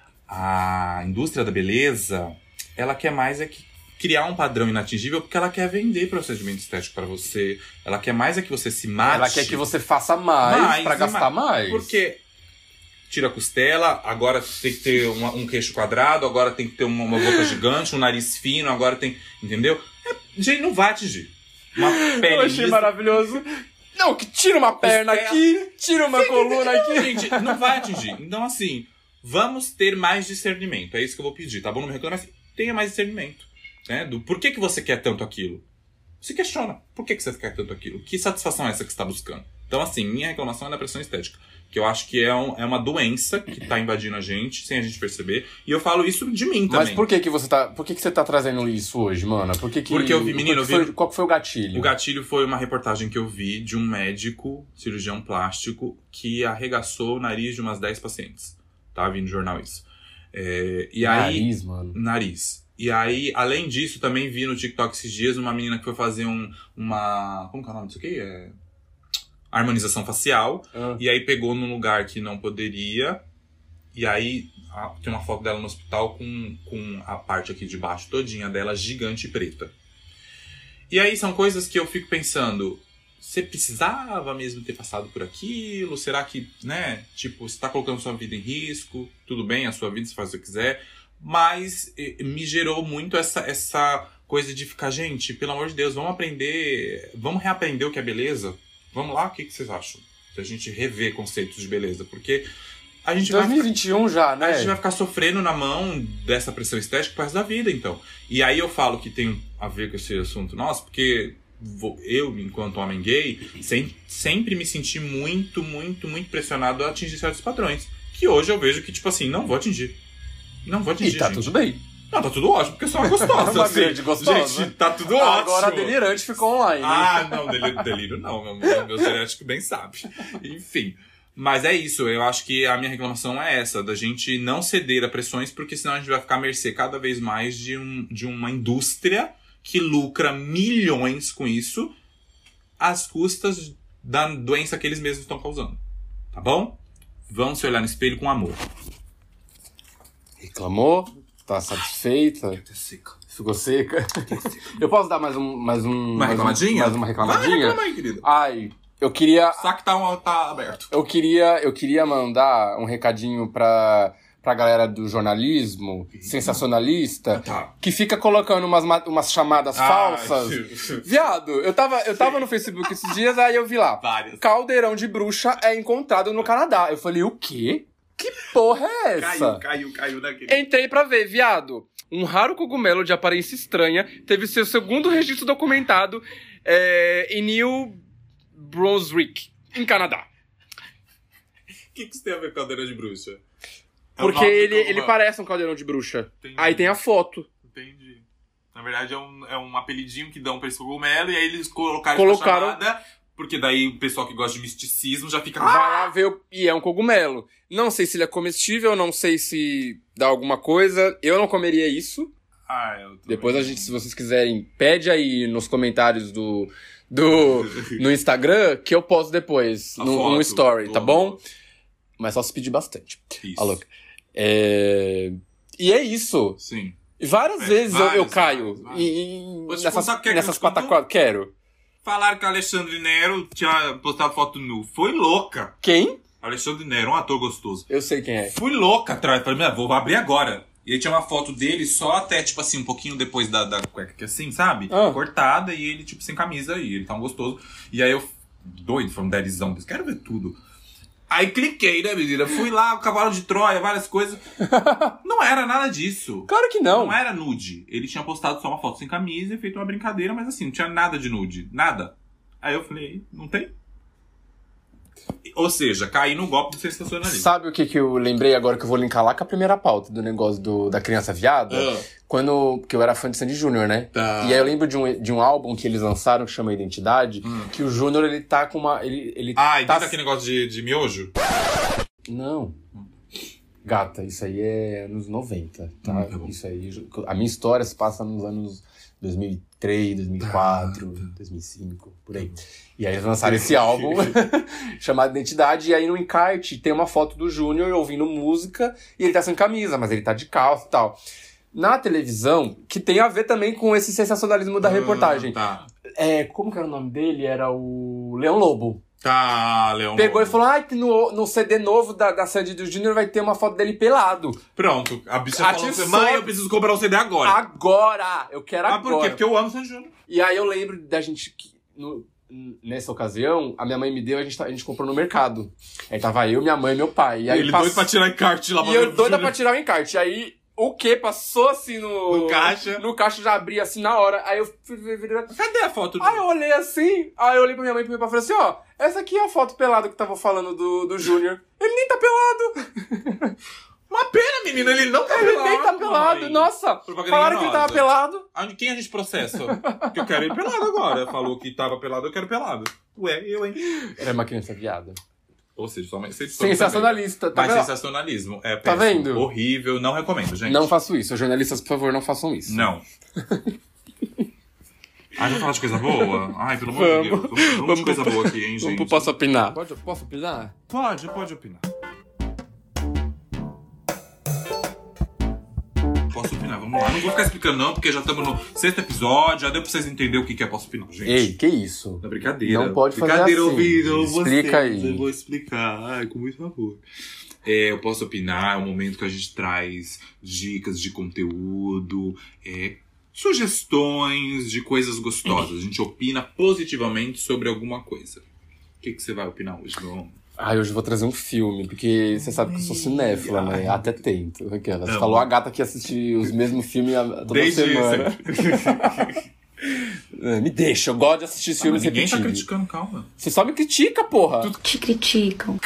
A indústria da beleza, ela quer mais é que criar um padrão inatingível porque ela quer vender procedimento estético pra você. Ela quer mais é que você se mate. Ela quer que você faça mais, Mais pra e gastar mais. mais. Porque tira a costela, agora tem que ter uma- um queixo quadrado, agora tem que ter uma, uma boca gigante, um nariz fino, agora tem... Entendeu? É, gente, não vai atingir. Uma pele Eu achei lisa. maravilhoso. Não Não, que tira uma perna Costela. aqui, tira uma coluna aqui. Gente, não vai atingir. Então, assim, vamos ter mais discernimento. É isso que eu vou pedir, tá bom? Não me reclame assim. Tenha mais discernimento. Né? Do porquê que você quer tanto aquilo. Se questiona. Por que que você quer tanto aquilo? Que satisfação é essa que você está buscando? Então, assim, minha reclamação é da pressão estética. Que eu acho que é, um, é uma doença que tá invadindo a gente, sem a gente perceber. E eu falo isso de mim também. Mas por que que você tá, por que que você tá trazendo isso hoje, mano? Por que que, Porque eu vi, menino, qual, que foi, qual que foi o gatilho? O gatilho foi uma reportagem que eu vi de um médico, cirurgião plástico, que arregaçou o nariz de umas dez pacientes. Tá vindo no jornal isso. É, e nariz, aí, mano. Nariz. E aí, além disso, também vi no TikTok esses dias uma menina que foi fazer um, uma... Como que é o nome disso aqui? É... harmonização facial. Ah. E aí pegou num lugar que não poderia. E aí a, tem uma foto dela no hospital com, com a parte aqui de baixo todinha dela gigante e preta. E aí são coisas que eu fico pensando... Você precisava mesmo ter passado por aquilo? Será que, né? Tipo, você tá colocando sua vida em risco? Tudo bem, a sua vida, você faz o que você quiser. Mas eh, me gerou muito essa, essa coisa de ficar... Gente, pelo amor de Deus, vamos aprender... Vamos reaprender o que é beleza? Vamos lá? O que, que vocês acham? Se a gente rever conceitos de beleza. Porque a gente dois mil e vinte e um vai ficar, já, né? A gente vai ficar sofrendo na mão dessa pressão estética pro resto da vida, então. E aí eu falo que tem a ver com esse assunto nosso, porque... eu, enquanto homem gay, sem, sempre me senti muito, muito, muito pressionado a atingir certos padrões. Que hoje eu vejo que, tipo assim, não vou atingir. Não vou atingir, E tá gente. tudo bem. Não, tá tudo ótimo, porque eu sou uma gostosa. Uma assim. grande gostosa. Gente, tá tudo ótimo. Agora a delirante ficou online. Ah, não, delírio, delírio não. Meu, meu, meu genético bem sabe. Enfim. Mas é isso, eu acho que a minha reclamação é essa, da gente não ceder a pressões, porque senão a gente vai ficar à mercê cada vez mais de, um, de uma indústria que lucra milhões com isso, às custas da doença que eles mesmos estão causando. Tá bom? Vamos se olhar no espelho com amor. Reclamou? Tá satisfeita? Eu tô seca. Ficou seca? Eu posso dar mais um... Mais um Uma mais reclamadinha? Um, mais uma reclamadinha? Vai, reclama aí, querido. Ai, eu queria... O saco tá, tá aberto. Eu queria, eu queria mandar um recadinho pra... pra galera do jornalismo sensacionalista, Tá. que fica colocando umas, umas chamadas Ah, falsas. Viado, eu tava, eu tava no Facebook esses dias, aí eu vi lá. Várias. Caldeirão de bruxa é encontrado no Canadá. Eu falei, o quê? Que porra é essa? Caiu, caiu, caiu naquele. Entrei pra ver, viado. Um raro cogumelo de aparência estranha teve seu segundo registro documentado é, em New Brunswick, em Canadá. O que, que isso tem a ver com caldeira de bruxa? É Porque o nome ele, do ele cogumelo. parece um caldeirão de bruxa. Entendi. Aí tem a foto. Entendi. Na verdade é um, é um apelidinho que dão pra esse cogumelo, e aí eles colocaram, Colocaram- essa chamada, porque daí o pessoal que gosta de misticismo já fica... Vai lá ver o... E é um cogumelo. Não sei se ele é comestível, não sei se dá alguma coisa. Eu não comeria isso. Ah, eu tô Depois a gente, se vocês quiserem, pede aí nos comentários do... do no Instagram, que eu posto depois. A No, foto, no story, tá do- bom? Mas só se pedir bastante. Isso. A louca. É... E é isso. Sim. E várias É, vezes eu- eu, várias, caio várias, várias. em- Você nessas, sabe o que é que nessas eu escuto? pataquadas. Quero. Falaram que o Alexandre Nero tinha postado foto nu. Foi louca. Quem? Alexandre Nero, um ator gostoso. Eu sei quem é. Fui louca atrás. Falei, "Meu, vou abrir agora." E aí tinha uma foto dele só até, tipo assim, um pouquinho depois da, da cueca, que assim, sabe? Ah. Cortada, e ele, tipo, sem camisa, e ele tá um gostoso. E aí eu, doido, foi um derizão desse, quero ver tudo. Aí cliquei, né, menina? Fui lá, o cavalo de Troia, várias coisas. Não era nada disso. Claro que não. Não era nude. Ele tinha postado só uma foto sem camisa e feito uma brincadeira, mas assim, não tinha nada de nude. Nada. Aí eu falei, não tem? Ou seja, caí no golpe do sensacionalismo. Sabe o que, que eu lembrei agora que eu vou linkar lá com a primeira pauta do negócio do, da criança viada? Ah. Quando. Porque eu era fã de Sandy Júnior, né? Tá. E aí eu lembro de um, de um álbum que eles lançaram que chama Identidade, que o Júnior ele tá com uma. Ele, ele Ah, e tá... dentro aquele negócio de, de miojo? Não. Gata, isso aí é anos noventa, tá? Hum, tá bom. Isso aí. A minha história se passa nos anos dois mil e três, dois mil e quatro, dois mil e cinco, por aí. E aí eles lançaram esse álbum chamado Identidade, e aí no encarte tem uma foto do Júnior ouvindo música, e ele tá sem camisa, mas ele tá de calça e tal. Na televisão, que tem a ver também com esse sensacionalismo da reportagem. Tá. É, como que era o nome dele? Era o Leão Lobo. Tá, Leão. Pegou e falou, ah, no, no C D novo da, da Sandy do Júnior vai ter uma foto dele pelado. Pronto, a bicha Atiçou. falou assim, mãe, eu preciso comprar um C D agora. Agora! Eu quero Ah, agora. por quê? Porque eu amo Sandy Júnior. E aí eu lembro da gente... que no- nessa ocasião, a minha mãe me deu, a gente, a gente comprou no mercado. Aí tava eu, minha mãe e meu pai. E aí Ele pass... doido pra tirar encarte lá. E eu doida pra tirar o encarte. Aí o que passou assim no... No caixa. No caixa, já abri assim na hora. Aí eu... Cadê a foto? Do... Aí eu olhei assim, aí eu olhei pra minha mãe e pro meu pai e falei assim, ó, essa aqui é a foto pelada que tava falando do, do Júnior. Ele nem tá pelado. Uma pena, menina, ele não tá ele pelado. Ele nem tá pelado, mãe. Nossa. Falaram que ele tava pelado. Quem a gente processa? Porque eu quero ele pelado agora. Falou que tava pelado, eu quero pelado. Ué, eu, hein? Era uma criança viada. Ou seja, só sensacionalista, tá Mas vendo? sensacionalismo. É tá péssimo, vendo? Horrível, não recomendo, gente. Não faço isso. Jornalistas, por favor, não façam isso. Não. Ai, vamos falar de coisa boa? Ai, pelo amor de Deus. Vamos, vamos, vamos de coisa pro... boa aqui, hein, gente? Vamos pro Posso Opinar? Pode, posso opinar? Pode, pode opinar. Posso opinar, vamos lá. Não vou ficar explicando não, porque já estamos no sexto episódio, já deu pra vocês entenderem o que é Posso Opinar, gente. Ei, que isso? É brincadeira. Não pode fazer brincadeira, assim. Ouvido, Explica vocês, aí. Eu vou explicar, ai, com muito favor. É, eu Posso Opinar, é um momento que a gente traz dicas de conteúdo, é, sugestões de coisas gostosas. A gente opina positivamente sobre alguma coisa. O que, que você vai opinar hoje, João? Ah, hoje eu vou trazer um filme, porque você sabe que eu sou cinéfila, né? Até tento. Aquela. Você Amo. falou a gata que ia assistir os mesmos filmes toda Desde semana. Me deixa, eu gosto de assistir Ah, filmes ninguém repetidos. tá criticando, calma. Você só me critica, porra. Tudo te criticam.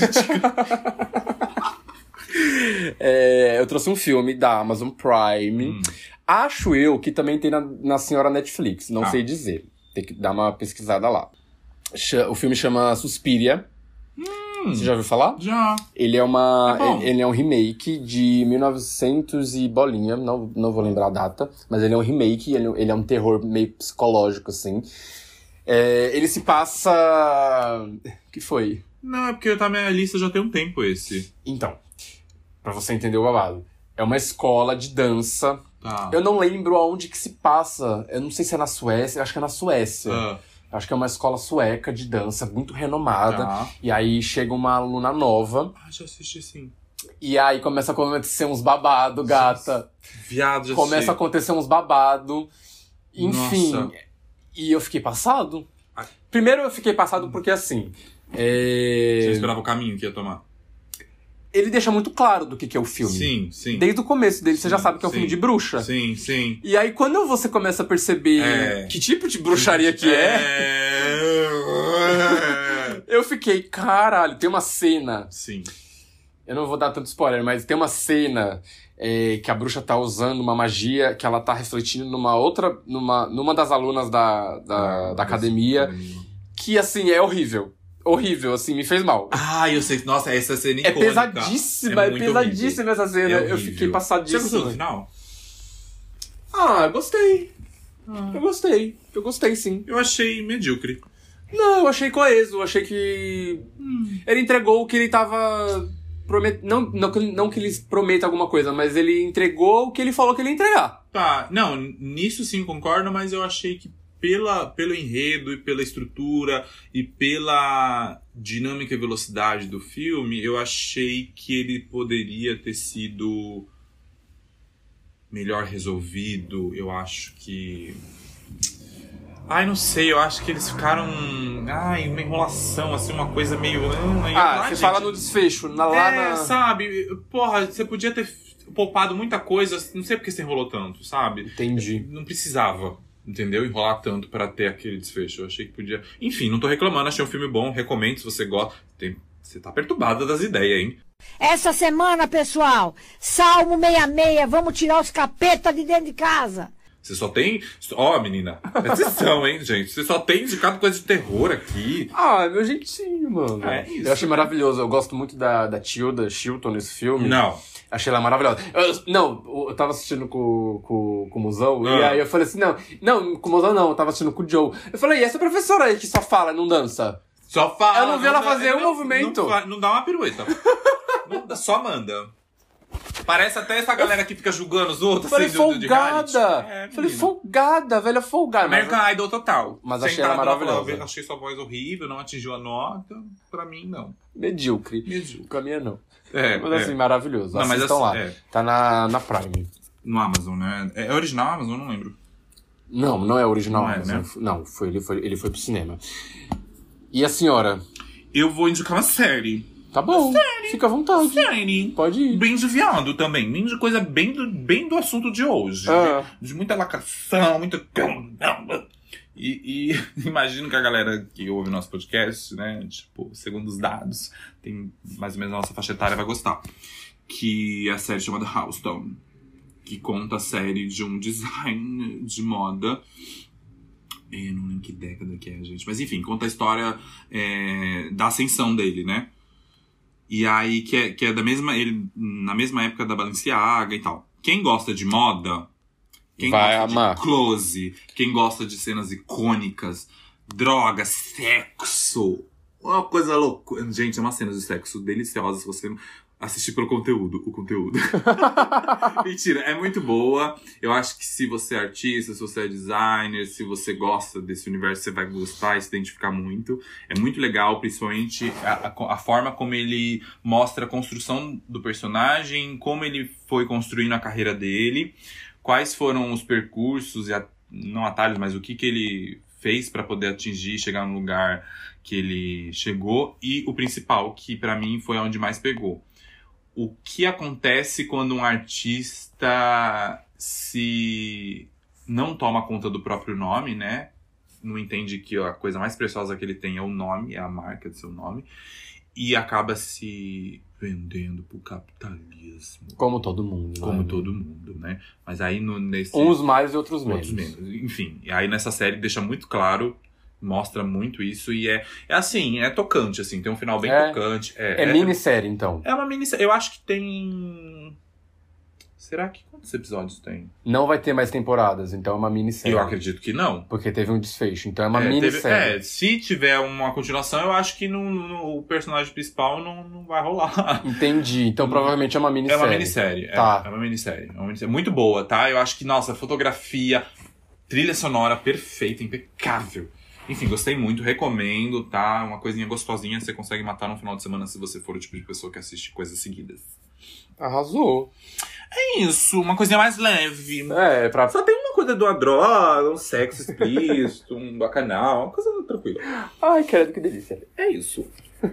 É, eu trouxe um filme da Amazon Prime. Hum. Acho eu que também tem na, na senhora Netflix, não Ah. sei dizer. Tem que dar uma pesquisada lá. Ch- O filme chama Suspiria. Hum, Você já ouviu falar? já. Ele é uma. É bom. ele, ele é um remake de mil e novecentos e bolinha, não, não vou lembrar a data, mas ele é um remake, ele, ele é um terror meio psicológico, assim. É, ele se passa. Que foi? Não, é porque tá na minha lista já tem um tempo esse. Então, pra você entender o babado. É uma escola de dança. Tá. Eu não lembro aonde que se passa. Eu não sei se é na Suécia, eu acho que é na Suécia. Ah, Acho que é uma escola sueca de dança, muito renomada. tá. E aí chega uma aluna nova. Ah, já assisti sim. E aí começa a acontecer uns babado, gata. Viado, já Começa a assisti. acontecer uns babado. Enfim. Nossa. E eu fiquei passado. Ah. Primeiro eu fiquei passado porque assim. é, Você esperava o caminho que ia tomar? Ele deixa muito claro do que, que é o filme. Sim, sim. Desde o começo dele, você já Sim, sabe que é um sim. filme de bruxa. Sim, sim. E aí, quando você começa a perceber É. que tipo de bruxaria que é, é... eu fiquei, caralho, tem uma cena. Sim. Eu não vou dar tanto spoiler, mas tem uma cena é, que a bruxa tá usando uma magia que ela tá refletindo numa outra. numa, numa das alunas da, da, Ah, da academia. Que, assim, é horrível. Horrível, assim, me fez mal. Ah, eu sei. Nossa, essa cena É icônica. pesadíssima, é, muito pesadíssima essa cena. É eu horrível. fiquei Você gostou do passadíssimo. final? Ah, eu gostei. Ah. Eu gostei. Eu gostei, sim. Eu achei medíocre. Não, eu achei coeso. Eu achei que. Hum. Ele entregou o que ele tava. Promet... Não, não, que- não que ele prometa alguma coisa, mas ele entregou o que ele falou que ele ia entregar. Tá, não, nisso sim concordo, mas eu achei que pela, pelo enredo e pela estrutura e pela dinâmica e velocidade do filme, eu achei que ele poderia ter sido melhor resolvido. Eu acho que... Ai, não sei, eu acho que eles ficaram... Ai, uma enrolação, assim, uma coisa meio... Ai, Ah, ai, você gente, fala no desfecho, na, lá é, na... sabe? Porra, você podia ter poupado muita coisa, não sei porque você enrolou tanto, sabe? Entendi. Não precisava, entendeu? Enrolar tanto pra ter aquele desfecho. Eu achei que podia... Enfim, não tô reclamando, achei um filme bom, recomendo se você gosta. Tem... Você tá perturbada das ideias, hein? Essa semana, pessoal, Salmo sessenta e seis, vamos tirar os capetas de dentro de casa. Você só tem... Ó, menina, presta atenção, hein, gente? Você só tem indicado coisa de terror aqui. Ah, meu jeitinho, mano. É isso. Eu achei maravilhoso. Eu gosto muito da, da Tilda Chilton nesse filme. Não. Achei ela maravilhosa. Eu- não, eu tava assistindo com, com, com o Muzão, e Ah. aí eu falei assim, não, não, com o Muzão não, eu tava assistindo com o Joe. Eu falei, e essa professora aí que só fala, não dança? Só fala... Eu não vi ela dá- fazer um não- movimento. Não, fa- não dá uma pirueta. Não dá- só manda. Parece até essa galera que fica julgando os outros, Falei, assim, do, do, de reality. folgada! É, falei, menina. folgada, velha folgada. Mas- American Idol total. Mas achei Sentada ela lá, maravilhosa. falou, achei sua voz horrível, não atingiu a nota. Pra mim, não. Medíocre. Medíocre. Com a minha não. É, Mas assim, é. maravilhoso. Não, mas Assistam assim, lá. é. Tá na, na Prime. No Amazon, né? É original Amazon? Não lembro. Não, não é original Não é, Amazon. né? Não, foi, ele, foi, ele foi pro cinema. E a senhora? Eu vou indicar uma série. Tá bom, Série. fica à vontade. Série. Pode ir. Bem desviado também. Bem de coisa bem do, bem do assunto de hoje. Ah. De, de muita lacração, muita... E, e imagino que a galera que ouve nosso podcast, né? Tipo, segundo os dados, tem mais ou menos a nossa faixa etária, vai gostar. Que é a série chamada Houston. Que conta a série de um design de moda. Eu não lembro que década que é, gente. Mas enfim, conta a história é, da ascensão dele, né? E aí, que é, que é da mesma... Ele, na mesma época da Balenciaga e tal. Quem gosta de moda... Quem Vai gosta amar. de close... Quem gosta de cenas icônicas... Droga, sexo... Uma coisa louca. Gente, é uma cena de sexo deliciosa se você assistir pelo conteúdo. O conteúdo. Mentira, é muito boa. Eu acho que se você é artista, se você é designer, se você gosta desse universo, você vai gostar e se identificar muito. É muito legal, principalmente a, a, a forma como ele mostra a construção do personagem, como ele foi construindo a carreira dele, quais foram os percursos, e a, não atalhos, mas o que, que ele fez para poder atingir, chegar no lugar que ele chegou. E o principal, que para mim foi onde mais pegou. O que acontece quando um artista se não toma conta do próprio nome, né? Não entende que a coisa mais preciosa que ele tem é o nome, é a marca do seu nome. E acaba se vendendo pro capitalismo. Como todo mundo. Como né? todo mundo, né? Mas aí no, nesse... Uns mais e outros menos. outros menos. Enfim, e aí nessa série deixa muito claro... Mostra muito isso e é, é assim, é tocante, assim, tem um final bem É. tocante. É, É, é minissérie, então. É uma minissérie. Eu acho que tem... Será que quantos episódios tem? Não vai ter mais temporadas, então é uma minissérie. Eu acredito que não. Porque teve um desfecho, então é uma É, teve- minissérie. é, se tiver uma continuação, eu acho que não, não- o personagem principal não, não vai rolar. Entendi, então provavelmente é uma É minissérie. uma minissérie. é, Tá. É, uma minissérie. É uma minissérie. Muito boa, tá? Eu acho que, nossa, fotografia, trilha sonora perfeita, impecável. Enfim, gostei muito, recomendo, tá? Uma coisinha gostosinha, você consegue matar no final de semana se você for o tipo de pessoa que assiste coisas seguidas. Arrasou. É isso, uma coisinha mais leve. É, pra... Só tem uma coisa de uma droga, um sexo explícito, um bacanal, uma coisa tranquila. Ai, credo, que delícia. É isso.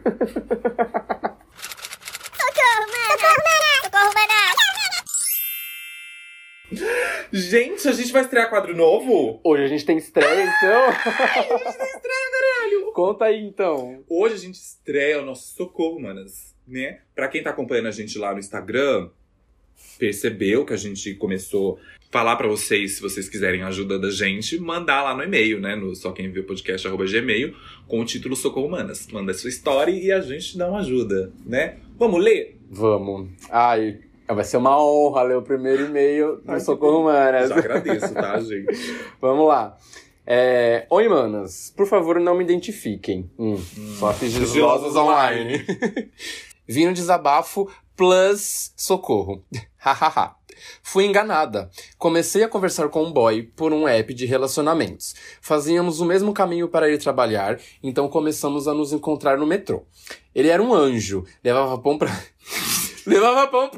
Gente, a gente vai estrear quadro novo? Hoje a gente tem estreia, então. A gente tem estreia, caralho! Conta aí, então. Hoje a gente estreia o nosso Socorro, manas, né? Pra quem tá acompanhando a gente lá no Instagram, percebeu que a gente começou a falar pra vocês, se vocês quiserem ajuda da gente, mandar lá no e-mail, né? No só quem viu podcast arroba gmail, com o título Socorro Manas. Manda a sua história e a gente dá uma ajuda, né? Vamos ler? Vamos. Ai, vai ser uma honra ler o primeiro e-mail do Ai, Socorro Manas. Já agradeço, tá, gente? Vamos lá. É... Oi, manas. Por favor, não me identifiquem. Hum, só sigilosas online. Vim no desabafo plus socorro. Hahaha. Fui enganada. Comecei a conversar com um boy por um app de relacionamentos. Fazíamos o mesmo caminho para ir trabalhar, então começamos a nos encontrar no metrô. Ele era um anjo. Levava pão pra... Levava pão...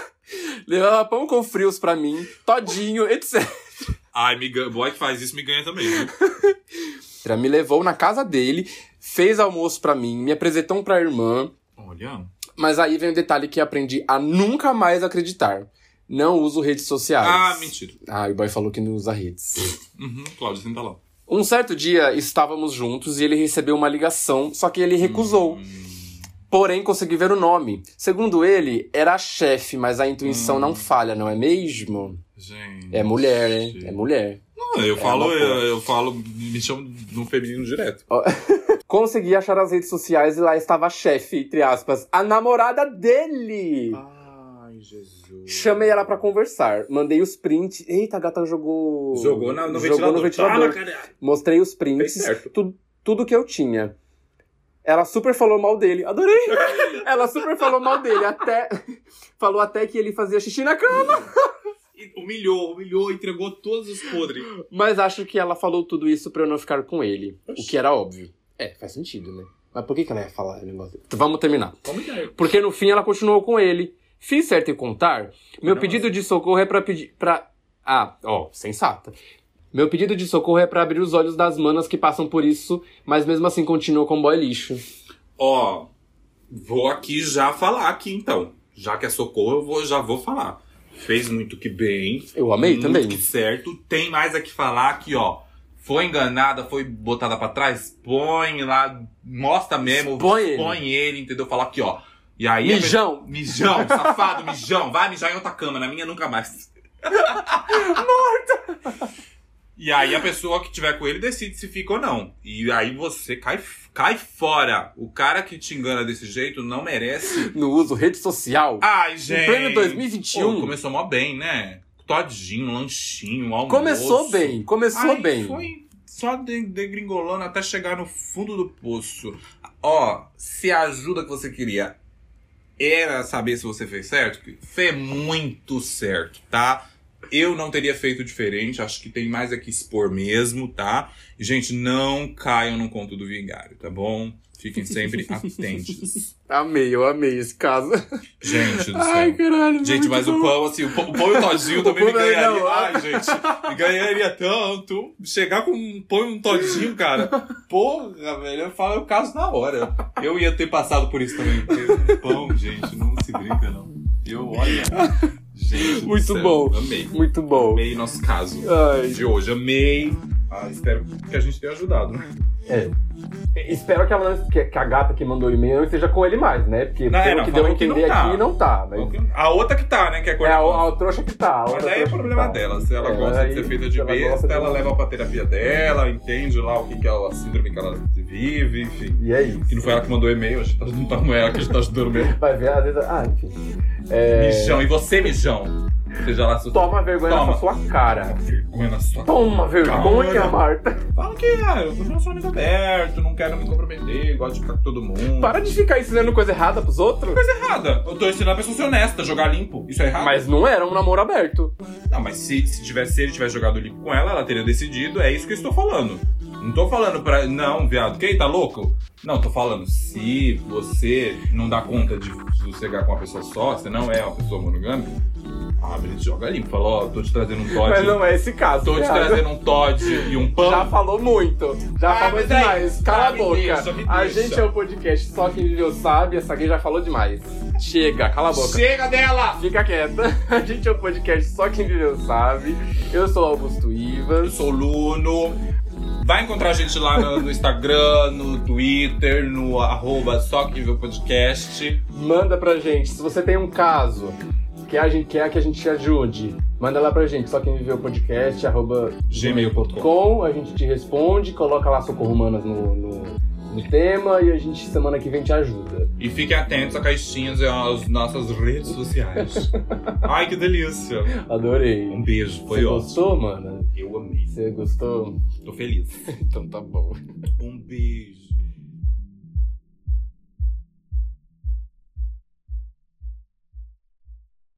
Levava pão com frios pra mim, todinho, etcétera. Ai, me ganha. Boy que faz isso me ganha também, né? Me levou na casa dele, fez almoço pra mim, me apresentou pra irmã. Olha. Mas aí vem um detalhe que aprendi a nunca mais acreditar. Não uso redes sociais. Ah, mentira. Ah, o boy falou que não usa redes. Uhum, Cláudio, senta lá. Um certo dia, estávamos juntos e ele recebeu uma ligação, só que ele recusou. Hum. Porém, consegui ver o nome. Segundo ele, era a chefe, mas a intuição Hum. não falha, não é mesmo? Gente. É mulher, né? É mulher. Não, eu falo, uma eu, porra. eu falo, me chamo no feminino direto. Consegui achar as redes sociais e lá estava a chefe, entre aspas, a namorada dele. Ai, Jesus. Chamei ela pra conversar. Mandei os prints. Eita, a gata jogou... Jogou na- no jogou ventilador. no ventilador. Ah, caralho. Mostrei os prints. Fez certo. Tu, tudo que eu tinha. Ela super falou mal dele. Adorei. Ela super falou mal dele. Até... Falou até que ele fazia xixi na cama. E humilhou, humilhou, entregou todos os podres. Mas acho que ela falou tudo isso pra eu não ficar com ele. O que era óbvio. É, faz sentido, né? Mas por que, que ela ia falar o negócio? Vamos terminar. Vamos ver. Porque no fim ela continuou com ele. Fiz certo em contar? Meu Não, pedido de socorro é pra pedir... Pra... Ah, ó, sensata. Meu pedido de socorro é pra abrir os olhos das manas que passam por isso, mas mesmo assim continuam com boy lixo. Ó, vou aqui já falar aqui então. Já que é socorro, eu vou, já vou falar. Fez muito que bem. Eu amei muito também. Que certo. Tem mais a que falar aqui, ó. Foi enganada, foi botada pra trás, põe lá, mostra mesmo, Põe ele. põe ele, entendeu? Fala aqui, ó. E aí... Mijão. A... Mijão, safado, mijão. Vai mijar em outra cama, na minha nunca mais. Morta! E aí a pessoa que tiver com ele decide se fica ou não. E aí você cai, cai fora. O cara que te engana desse jeito não merece... No uso rede social. Ai, gente. Em pleno dois mil e vinte e um. Pô, começou mó bem, né? Todinho, lanchinho, almoço. Começou bem, começou Aí bem. Foi só degringolando até chegar no fundo do poço. Ó, se a ajuda que você queria era saber se você fez certo, fez muito certo, tá? Eu não teria feito diferente, acho que tem mais aqui expor mesmo, tá? E, gente, não caiam no conto do vigário, tá bom? Fiquem sempre atentos. Amei, eu amei esse caso. Gente do céu. Ai, caralho. Gente, mas bom. o pão, assim, o pão, o pão e o todinho também me pão ganharia. não. Ai, gente, me ganharia tanto. Chegar com um pão e um todinho, cara. Porra, velho, eu falo o caso na hora. Eu ia ter passado por isso também. Porque pão, gente, não se brinca, não. Eu, olha... Gente do Muito céu, bom. Amei. Muito bom. Amei nosso caso Ai. de hoje. Amei. Ah, espero que a gente tenha ajudado, né? É. Espero que, ela, que, que a gata que mandou o e-mail não esteja com ele mais, né? Porque Não, é, pelo não, que deu a falou que entender não tá. aqui, não tá. Mas... A outra que tá, né? Que é É a, a a trouxa que tá. A Mas outra aí é trouxa problema que tá. dela. Se ela É, gosta aí, de ser feita de ela besta, gosta de- ela leva pra terapia dela, entende lá o que, que é a síndrome que ela vive, enfim. E é isso. Que não foi ela que mandou e-mail, a gente tá, não tá com ela que a gente tá ajudando mesmo. Vai ver, às vezes... Ah, enfim. É... Mijão, e você, mijão? Seja lá... Seu... Toma vergonha Toma. na sua cara. Vergonha na sua Toma vergonha, Cara. Marta. Fala que ah, eu sou um relacionamento aberto, não quero me comprometer, gosto de ficar com todo mundo. Para de ficar ensinando coisa errada pros outros. Coisa errada. Eu tô ensinando a pessoa a ser honesta, jogar limpo. Isso é errado? Mas não era um namoro aberto. Não, mas se, se, tivesse, se ele tivesse jogado limpo com ela, ela teria decidido, é isso que eu estou falando. Não tô falando pra... Não, viado, quem tá louco? Não, tô falando, se você não dá conta de sossegar com uma pessoa só, você não é uma pessoa monogâmica, abre e joga limpo. Fala, ó, tô te trazendo um Todd. Mas não é esse caso. Tô te viado. trazendo um Todd e um pão. Já falou muito. Já Ah, falou mas aí, demais. Cala tá, a me boca. deixa, me A deixa. gente é o podcast Só Quem Viveu Sabe. Essa gay já falou demais. Chega, cala a boca. Chega dela! Fica quieta. A gente é o podcast Só Quem Viveu Sabe. Eu sou o Augusto Eu Ivas. sou o Luno. Vai encontrar a gente lá no, no Instagram, no Twitter, no arroba Só Quem Vê o Podcast. Manda pra gente. Se você tem um caso que a gente quer que a gente te ajude, manda lá pra gente. Só Quem Viveu o Podcast, arroba gmail ponto com. com. A gente te responde, coloca lá Socorro Humanas no, no, no tema e a gente semana que vem te ajuda. E fiquem atentos a caixinhas e às nossas redes sociais. Ai, que delícia. Adorei. Um beijo, foi Você ótimo. gostou, mano? Eu amei. Você gostou? Tô feliz. Então tá bom. Um beijo.